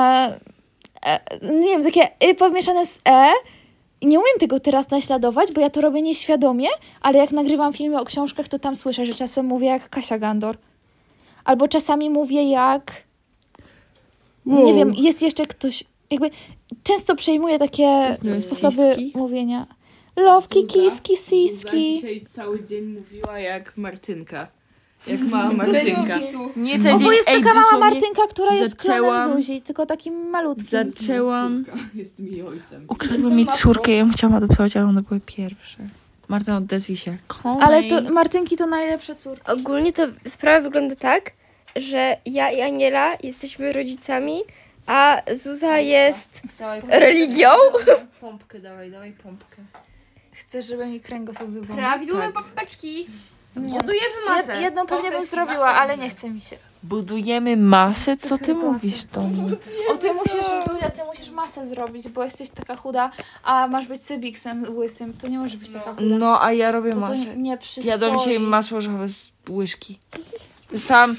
nie wiem, takie pomieszane z i nie umiem tego teraz naśladować, bo ja to robię nieświadomie, ale jak nagrywam filmy o książkach, to tam słyszę, że czasem mówię jak Kasia Gandor. Albo czasami mówię jak... Nie wiem, jest jeszcze ktoś... Jakby często przejmuję takie sposoby Siski? mówienia. Lowki, Zuza? kiski, Zuza siski. dzisiaj cały dzień mówiła jak Martynka. Jak mała Martynka. Nie O, cały bo dzień, jest taka mała dosłownie Martynka, która jest klonem zaczęłam- Zuzi, tylko takim malutkim. Zaczęłam... Jest mi ojcem. Ukradła mi córkę, ja ją chciałam adoptować, ale one były pierwsze. Marta, odezwij się. Ale to Martynki to najlepsze córki. Ogólnie to sprawa wygląda tak, że ja i Aniela jesteśmy rodzicami, a Zuza jest religią. Pompkę dawaj pompkę. Chcę, żeby mi kręgosłup wyglądał. Prawidłowe popeczki. Nie. Budujemy masę. Jedną pewnie bym Popeczki zrobiła, masę. ale nie chce mi się. Budujemy masę? Co ty mówisz, Tomi? O, ty musisz, Zuzia, ty musisz masę zrobić, bo jesteś taka chuda, a masz być Sybiksem łysym. To nie może być taka chuda. No, a ja robię Bo to masę. nie przystoi. Jadłam dzisiaj masło orzechowe z łyżki. Dostałam,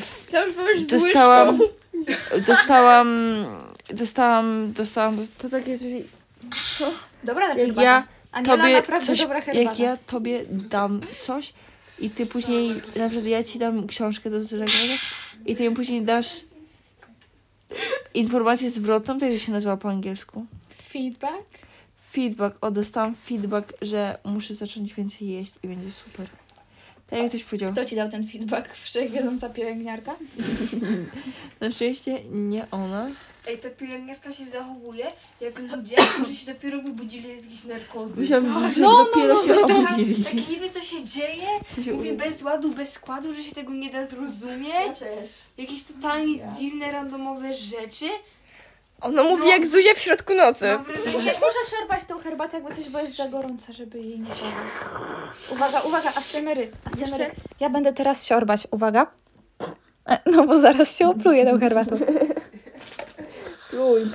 to takie coś, Dobra, jak herbata. ja Aniela, tobie naprawdę coś, dobra herbata. jak ja tobie dam coś i ty później, na przykład ja ci dam książkę do zrozumienia i ty mi później dasz informację zwrotną, to jak to się nazywa po angielsku? Feedback? Feedback, dostałam feedback, że muszę zacząć więcej jeść i będzie super. Tak jak ktoś powiedział. Kto ci dał ten feedback? Wszechwiedząca pielęgniarka? Na szczęście nie ona. Ej, ta pielęgniarka się zachowuje jak ludzie, którzy się dopiero wybudzili z jakiejś narkozy. Musiałam, że dopiero się obudzili. Tak nie wie co się dzieje, mówi bez ładu, bez składu, że się tego nie da zrozumieć. Jakieś totalnie dziwne, randomowe rzeczy. Ona mówi jak Zuzia w środku nocy. Mam wrażenie, że Muszę szarpać tą herbatę, jakby coś, bo jest za gorąca, żeby jej nie siorbać. Uwaga, ASMR-y. Ja będę teraz siorbać, uwaga. No bo zaraz się opluję tą herbatą. Pluj.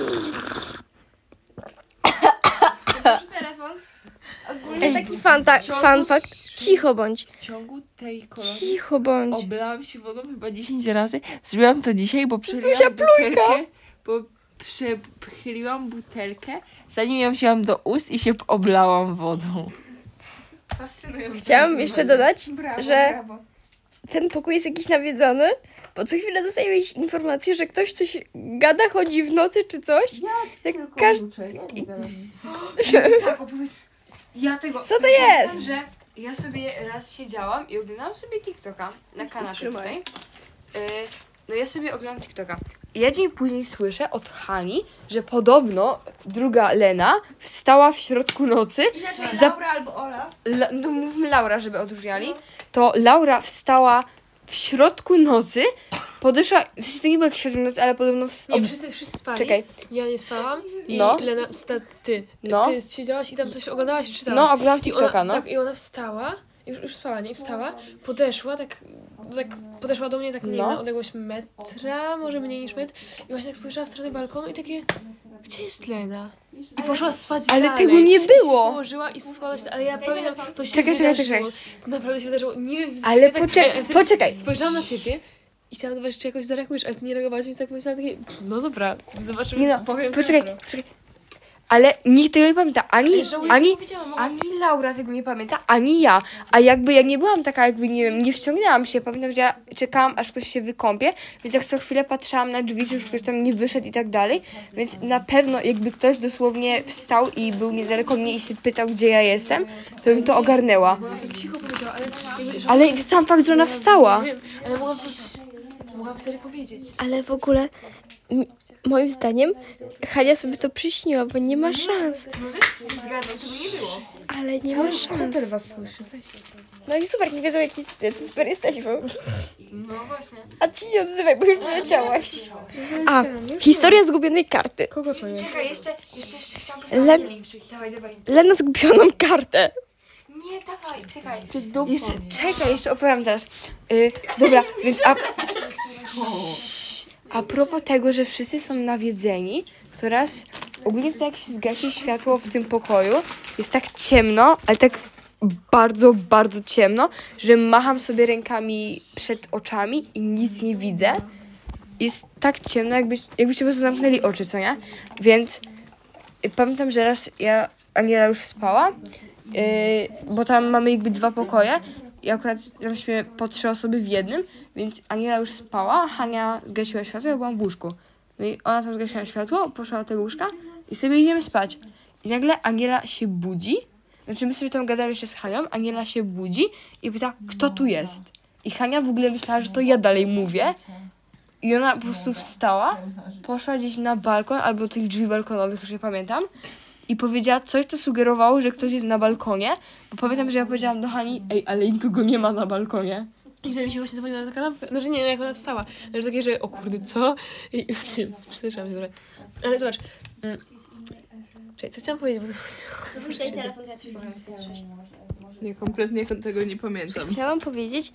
telefon. Ogólnie taki fun fact. Cicho bądź. W ciągu tej kolonii Cicho bądź. oblałam się wodą chyba 10 razy. Zrobiłam to dzisiaj, bo Zuzia, przechyliłam butelkę, bo przechyliłam butelkę, zanim ją wzięłam do ust i się oblałam wodą. Fascynujące. Chciałam jeszcze dodać, Brawo, że brawo. ten pokój jest jakiś nawiedzony, bo co chwilę dostajemy jakieś informacje, że ktoś coś gada, chodzi w nocy czy coś. Jak każdy... Tak, opowiedz. Ja tego... Co to jest? Pamiętam, że ja sobie raz siedziałam i oglądałam sobie TikToka na kanapie trzymaj. tutaj. No ja sobie oglądam TikToka. I ja dzień później słyszę od Hani, że podobno druga Lena wstała w środku nocy. Inaczej Za- Laura albo Ola. No mówmy Laura, żeby odróżniali. To Laura wstała w środku nocy, podeszła, w sensie to nie było jak środku nocy, ale podobno Nie, wszyscy spali. Czekaj, Ja nie spałam i No. Lena, ty siedziałaś i tam coś oglądałaś, czytałaś. no oglądam I TikToka, ona, no. Tak, i ona wstała, już spała, nie? Wstała, podeszła, tak podeszła do mnie tak, nie wiem, No. na odległość metra, może mniej niż metr i właśnie tak spojrzała w stronę balkonu i takie, gdzie jest Lena? I poszła spać Ale dalej. tego nie I było. się położyła i spała się, ale ja pamiętam, to się Czekaj. wydarzyło. To naprawdę się wydarzyło, nie wiem, Ale ja tak, wtedy poczekaj. Spojrzałam na ciebie i chciałam zobaczyć, czy jakoś zareagujesz, ale ty nie reagowałaś, więc tak pomyślałam takie, no dobra, zobaczymy, Nie no, powiem poczekaj. jutro. Ale nikt tego nie pamięta. Ani Żałuję, że nie powiedziałam, mogłam- ani Laura tego nie pamięta, ani ja. A jakby ja nie byłam taka, jakby nie wiem, nie wciągnęłam się. Pamiętam, że ja czekałam, aż ktoś się wykąpie, więc jak co chwilę patrzyłam na drzwi, czy już ktoś tam nie wyszedł i tak dalej. Więc na pewno jakby ktoś dosłownie wstał i był niedaleko mnie i się pytał, gdzie ja jestem, to bym to ogarnęła. To cicho powiedziała, ale jakby, że... Ale sam fakt, że ona wstała. Nie wiem, ale mogłam po prostu... Mogłam wtedy powiedzieć. Ale w ogóle, moim zdaniem, Hania sobie to przyśniła, bo nie ma szans. No też się zgadzam, tego nie było. Ale nie ma szans. was słyszy. No i super, nie wiedzą jaki super jesteśmy. No właśnie. A ci nie odzywaj, bo już wyleciałaś. A, historia zgubionej karty. Kogo to jest? Czekaj, jeszcze chciałam Dawaj. Lena zgubiła nam kartę. Nie, dawaj, czekaj. Jeszcze opowiem teraz. Dobra, więc a propos tego, że wszyscy są nawiedzeni, to raz ogólnie to jak się zgasi światło w tym pokoju, jest tak ciemno, ale tak bardzo, bardzo ciemno, że macham sobie rękami przed oczami i nic nie widzę. Jest tak ciemno, jakbyście po prostu zamknęli oczy, co nie? Więc pamiętam, że raz Aniela już spała, bo tam mamy jakby 2 pokoje i akurat żeśmy po 3 osoby w jednym, więc Aniela już spała, Hania zgasiła światło, ja byłam w łóżku. No i ona tam zgasiła światło, poszła do tego łóżka i sobie idziemy spać. I nagle Aniela się budzi, znaczy my sobie tam gadamy jeszcze z Hanią, Aniela się budzi i pyta, kto tu jest? I Hania w ogóle myślała, że to ja dalej mówię. I ona po prostu wstała, poszła gdzieś na balkon albo do tych drzwi balkonowych, już nie pamiętam. I powiedziała coś, co sugerowało, że ktoś jest na balkonie. Bo pamiętam, że ja powiedziałam do Hani, ej, ale nikogo nie ma na balkonie. I wtedy mi się właśnie zapomniała na kanapkę. No, że nie, jak ona wstała. Że takie, że o kurde, co? I przestraszyłam się trochę. Ale zobacz. Czekaj, co chciałam powiedzieć? Nie, kompletnie tego nie pamiętam. Chciałam powiedzieć,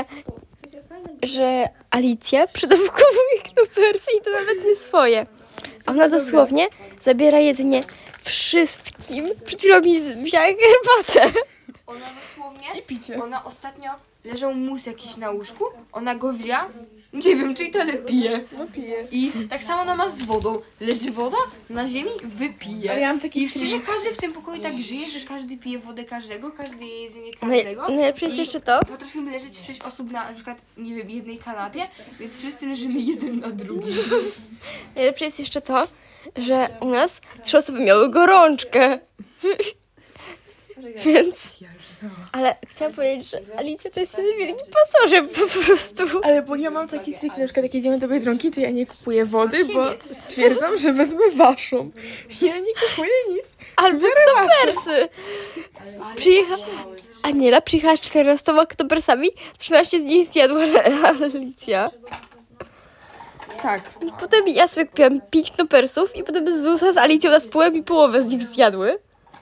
że Alicja przydawkowuje knopersy i to nawet nie swoje. Ona dosłownie zabiera jedzenie wszystkim. Przed chwilą mi wzięła herbatę. Ona dosłownie mnie, I picie. ona ostatnio leżał mus jakiś na łóżku, ona go wzięła, nie wiem, czy i tyle pije. No piję. I tak samo ona ma z wodą. Leży woda na ziemi, wypije. Ale ja mam taki I szczerze, każdy w tym pokoju tak żyje, że każdy pije wodę każdego, każdy je jedzenie Naj, każdego. najlepsze jest I jeszcze to, Potrafimy leżeć 6 osób na przykład, nie wiem, jednej kanapie, więc wszyscy leżymy jeden na drugim. najlepsze jest jeszcze to, że u nas 3 osoby miały gorączkę. Więc... Ale chciałam powiedzieć, że Alicja to jest jeden wielki pasożyt po prostu. Ale bo ja mam taki trik, na przykład jak jedziemy do Biedronki, to ja nie kupuję wody, bo stwierdzam, że wezmę waszą. Ja nie kupuję nic. Albo knopersy. Aniela przyjechała z 14 knopersami, 13 z nich zjadła Alicja. Tak. Potem ja sobie kupiłam 5 knopersów i potem Zuza z Alicją na spółem i połowę z nich zjadły.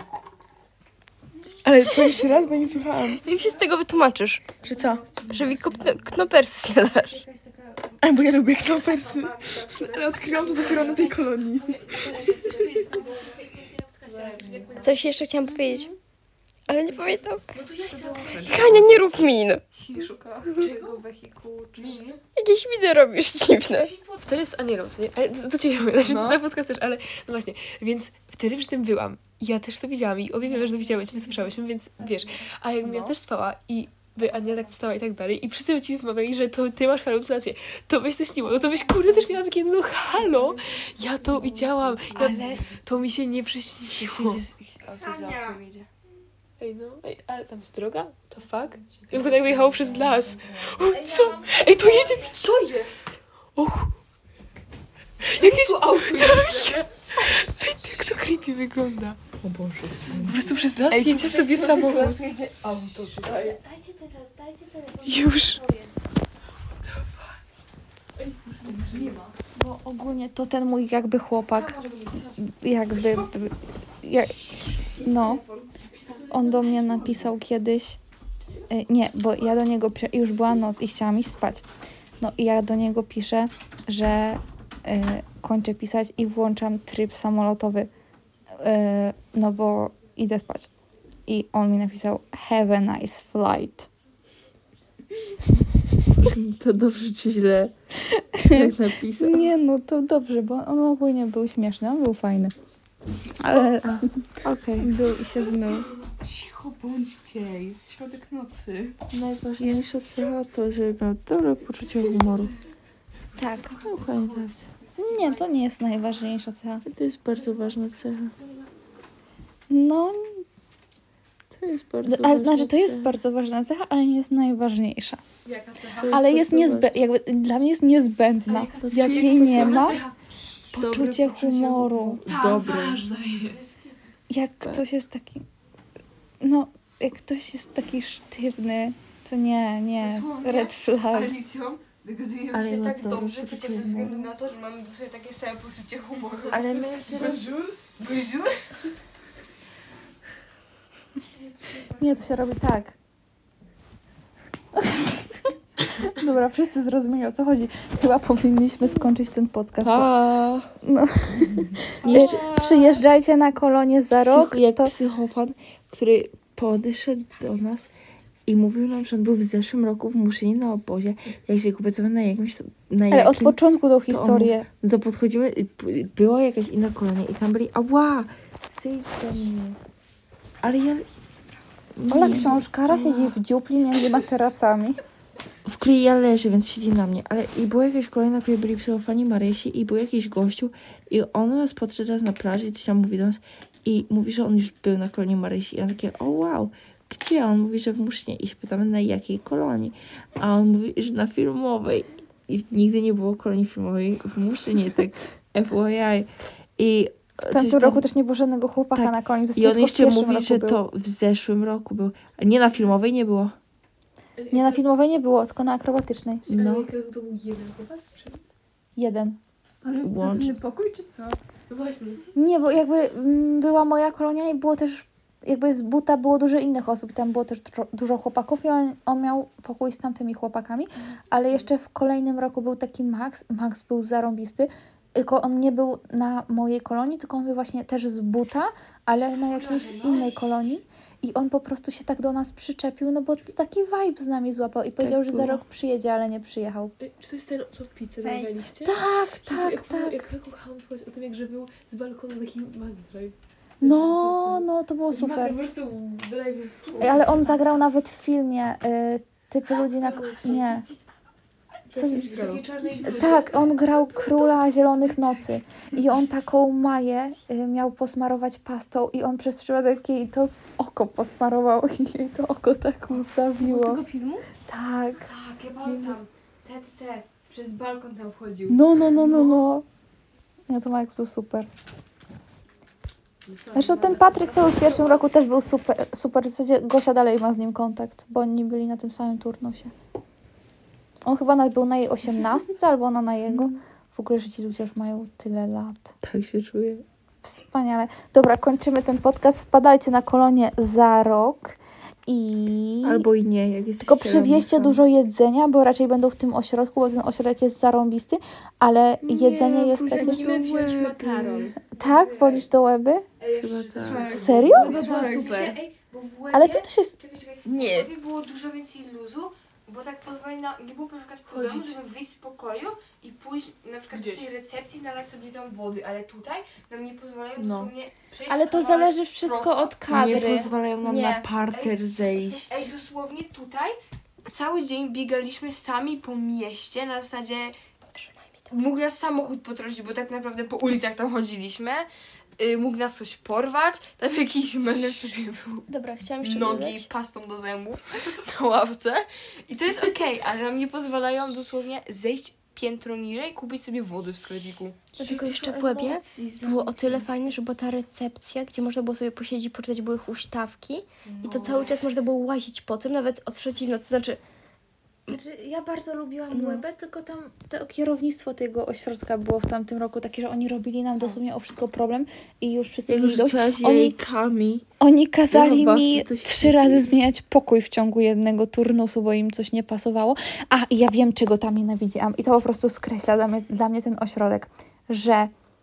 Ale co jeszcze raz, bo nie słuchałam. Jak się z tego wytłumaczysz? Że co? Że mi knopersy zjadasz. A, bo ja lubię knopersy. Ale odkryłam to dopiero na tej kolonii. Coś jeszcze chciałam powiedzieć, ale nie pamiętam. Hania, nie rób min. Czego wehikułu? Jakieś miny robisz dziwne. Wtedy z Anielą, co nie? Ale do ciebie mówię, znaczy na podcast też, ale no właśnie. Więc wtedy przy tym byłam. Ja też to widziałam i obie wiemy, że to widziałyśmy, słyszałyśmy, więc wiesz. A jakbym ja też spała i by Aniela tak wstała i tak dalej i wszyscy by ci wymawiali, że to ty masz halucynację, to byś to śniło, no to byś kurde też miała takie, no halo, ja to widziałam, to mi się nie przyśniło. Ej, no, ale tam jest droga? To fuck? I w ogóle jakby jechało przez las. O, co? Ej, tu jedzie... Co jest? Och. Jakieś auto. Ej, jak to creepy wygląda. O Boże, Po prostu przez las jedzie sobie samochód. Dajcie telefon. Już. Bo ogólnie to ten mój jakby chłopak, no, on do mnie napisał kiedyś, nie, bo ja do niego piszę, już była noc i chciałam iść spać. No i ja do niego piszę, że kończę pisać i włączam tryb samolotowy, no bo idę spać. I on mi napisał, have a nice flight. to dobrze czy źle? Jak napisał. Nie, no to dobrze, bo on ogólnie był śmieszny, on był fajny. Ale był i się zmył. Cicho bądźcie, jest środek nocy. Najważniejsza cecha to, że miał dobre poczucie humoru. Tak. No pamiętać. Nie, to nie jest najważniejsza cecha. To jest bardzo ważna cecha. No, To jest bardzo ale ważna znaczy to jest cecha. bardzo ważna cecha, ale nie jest najważniejsza. Jaka cecha? Ale jest bardzo jakby dla mnie jest niezbędna. Jak jej nie ma, poczucie humoru. Dobre. Jak ktoś jest taki, no, jak ktoś jest taki sztywny, to nie, red flag. Alicją dogadujemy Ale się ma tak dobre dobrze, tylko poczucie ze względu humoru. na to, że mamy do siebie takie same poczucie humoru. Ale my Bonjour? Bonjour? Nie, to się robi tak. Dobra, wszyscy zrozumieli, o co chodzi. Chyba powinniśmy skończyć ten podcast. Bo, no. Przyjeżdżajcie na kolonię za rok. jak To... psychofan, który podszedł do nas i mówił nam, że on był w zeszłym roku w Muszynie na obozie. Jak się kupujemy na jakimś... Ale od początku tą historię. No to podchodzimy, była jakaś inna kolonia i tam byli, ała, zejdź do mnie. Ale ja... Ola nie. książkara siedzi w dziupli między materacami. W której ja leżę, więc siedzi na mnie. Ale i była jakaś kolejna, na której byli psychofani Marysi i był jakiś gościu i on nas podszedł raz na plaży i coś tam mówi do nas i mówi, że on już był na kolonii Marysi. I on takie, o wow, gdzie? On mówi, że w Musznie. I się pytamy, na jakiej kolonii? A on mówi, że na filmowej. I nigdy nie było kolonii filmowej w Musznie, tak FYI. I W tamtym roku też nie było żadnego chłopaka Tak. na kolonii. I on tylko w jeszcze pierwszym mówi, roku że był. to w zeszłym roku był. A nie na filmowej nie było. Nie, na filmowej nie było, tylko na akrobatycznej. No. To był jeden chłopak? Jeden. Łącznie. pokój czy co? No właśnie. Nie, bo jakby była moja kolonia i było też, jakby z buta było dużo innych osób. Tam było też dużo chłopaków i on miał pokój z tamtymi chłopakami. Ale jeszcze w kolejnym roku był taki Max. Max był zarąbisty. Tylko on nie był na mojej kolonii, tylko on był właśnie też z buta, ale na jakiejś innej kolonii. i on po prostu się tak do nas przyczepił, no bo taki vibe z nami złapał i powiedział, że za rok przyjedzie, ale nie przyjechał. Czy to jest ten, co pizzę Ej. namawialiście? Tak, Jezu, tak, jak, tak. Jak ja kochałam słuchać o tym, jak że był z balkonu taki mandrake. No, to było super. Po prostu drive. Ale on zagrał nawet w filmie Typy ludzi na... Nie. Coś... Takiej czarnej Tak, on grał Króla Zielonych Nocy i on taką Maję miał posmarować pastą i on przez przypadek jej to w oko posmarował i jej to oko tak mu Z zawiło. tego filmu? Tak. Tak, ja pamiętam. Przez balkon tam wchodził. No. Ja to Max był super. Zresztą ten Patryk, co był w pierwszym roku, też był super. W zasadzie Gosia dalej ma z nim kontakt, bo oni byli na tym samym turnusie. On chyba był na jej 18 albo ona na jego. W ogóle, że ci ludzie już mają tyle lat. Tak się czuję. Wspaniale. Dobra, kończymy ten podcast. Wpadajcie na kolonię za rok i... Albo i nie, jak jest. Tylko przywieźcie dużo jedzenia, bo raczej będą w tym ośrodku, bo ten ośrodek jest zarąbisty, ale jedzenie jest takie... Musimy wziąć makaron. Tak? Wolisz do Łeby? Chyba tak. Serio? Chyba była Tak. super. Bo w Ale Łebie- to też jest... Czekaj, Nie. w Łebie było dużo więcej luzu, bo tak pozwoli na... Nie było na przykład problemu, żeby wyjść z pokoju i pójść na przykład Gdzieś. w tej recepcji nalać sobie tam wody, ale tutaj nam nie pozwalają No. dosłownie przejść Ale to kawałek zależy wszystko prosto. od kadry. Nie pozwalają nam Nie. na parter zejść. Ej, dosłownie tutaj cały dzień biegaliśmy sami po mieście na zasadzie... Mógł nas samochód potrącić, bo tak naprawdę po ulicach tam chodziliśmy. Mógł nas coś porwać. Tam jakiś menel sobie był Dobra, chciałam jeszcze nogi dodać. pastą do zębów na ławce. I to jest okej, ale nam nie pozwalają dosłownie zejść piętro niżej, kupić sobie wody w sklepiku. Tylko jeszcze w Łebie było o tyle fajnie, że była ta recepcja, gdzie można było sobie posiedzieć, poczytać, były huśtawki i to cały czas można było łazić po tym, nawet o 3:00 w nocy, znaczy Znaczy, ja bardzo lubiłam Łebę, tylko tam to kierownictwo tego ośrodka było w tamtym roku takie, że oni robili nam dosłownie o wszystko problem i już wszyscy Jak mieli dość. rzucałaś Oni, jajkami. oni kazali Chyba mi to się 3 razy zmieniać pokój w ciągu jednego turnusu, bo im coś nie pasowało. A, i ja wiem, czego tam nienawidziłam. I to po prostu skreśla dla mnie ten ośrodek, że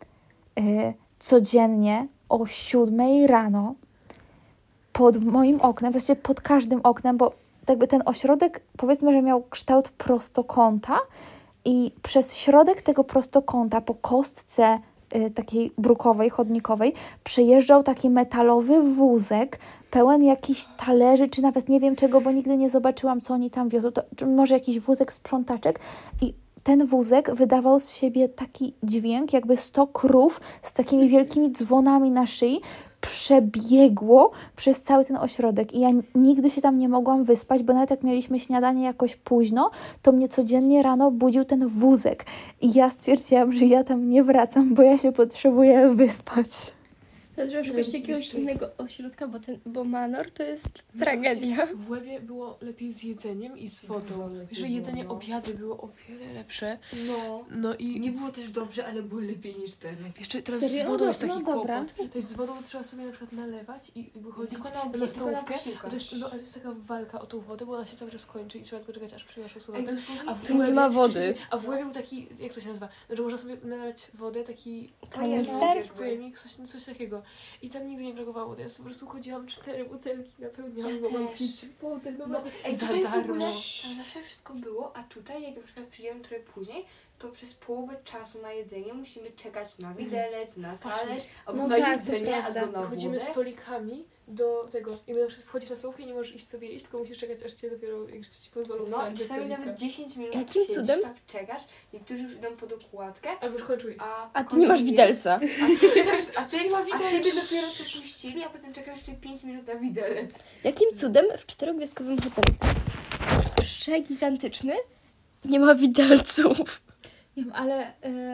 codziennie o 7 rano pod moim oknem, w zasadzie pod każdym oknem, bo jakby ten ośrodek, powiedzmy, że miał kształt prostokąta i przez środek tego prostokąta po kostce takiej brukowej, chodnikowej przejeżdżał taki metalowy wózek pełen jakichś talerzy, czy nawet nie wiem czego, bo nigdy nie zobaczyłam, co oni tam wiozą. To, czy może jakiś wózek sprzątaczek i ten wózek wydawał z siebie taki dźwięk, jakby 100 krów z takimi wielkimi dzwonami na szyi przebiegło przez cały ten ośrodek i ja nigdy się tam nie mogłam wyspać, bo nawet jak mieliśmy śniadanie jakoś późno, to mnie codziennie rano budził ten wózek i ja stwierdziłam, że ja tam nie wracam, bo ja się potrzebuję wyspać. trzeba szukać jakiegoś innego ośrodka, bo Manor to jest tragedia. W Łebie było lepiej z jedzeniem i z wodą. Wiesz, że jedzenie, obiady były o wiele lepsze. No i Nie było też dobrze, ale było lepiej niż teraz. jeszcze teraz Serio? z wodą No jest taki dobra. kłopot. To jest z wodą trzeba sobie na przykład nalewać i wychodzić Tylko na na stołówkę. posiłkach. A to jest, ale to jest taka walka o tą wodę, bo ona się cały czas kończy i trzeba tylko czekać, aż przynoszą Ej, słodowkę. dosłownie A w Tu nie Łebie- ma wody. A w Łebie był taki, jak to się nazywa? Że można sobie nalać wodę, taki Kanister? pojemnik, coś takiego. I tam nigdy nie brakowało wody. Ja sobie po prostu chodziłam 4 butelki napełniałam, Ja mogłam też. pić wodę. No, No, ej, za tutaj w ogóle darmo. tam zawsze wszystko było, a tutaj jak na przykład przyjdziemy trochę później, to przez połowę czasu na jedzenie musimy czekać na widelec, na talerz, albo No na tak, to jedzenie, prawda. albo na Chodzimy wodę. stolikami do tego. I na przykład wchodzisz na stołówkę i nie możesz iść sobie jeść, tylko musisz czekać, aż cię dopiero, jak ci pozwolą No, wstać ze czasami stolika. nawet 10 minut Jakim siedzisz, cudem? tak czekasz, niektórzy już idą po dokładkę, Albo już kończył jeść. A ty nie masz kończysz widelca. jeść, A ty czekasz, a widelca. ciebie dopiero co puścili, a potem czekasz jeszcze 5 minut na widelec. Jakim cudem w 4-gwiazdkowym hotelu przegigantyczny nie ma widelców? Nie wiem, ale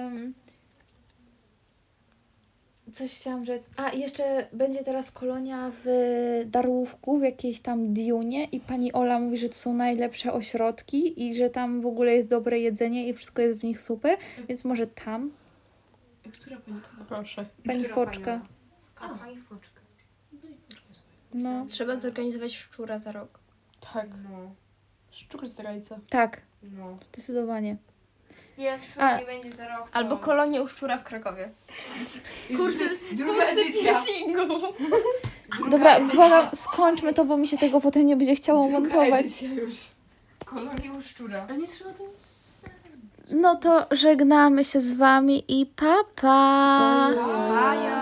coś chciałam rzec. A, jeszcze będzie teraz kolonia w Darłówku, w jakiejś tam Diunie i pani Ola mówi, że to są najlepsze ośrodki i że tam w ogóle jest dobre jedzenie i wszystko jest w nich super, więc może tam Która pani? Proszę. pani Która Foczka. A, pani Foczka. No, Trzeba zorganizować szczura za rok. Tak. No, Szczur zdrajca. tak, no. zdecydowanie. Nie, jak A- szczur nie będzie za rok, to... Albo kolonia u szczura w Krakowie. Kursy druga edycja. piercingu. Dobra, błagam, skończmy to, bo mi się tego potem nie będzie chciało montować. już. Kolonie u szczura. Ale nie trzeba to nic... No to żegnamy się z wami i pa pa! Baja.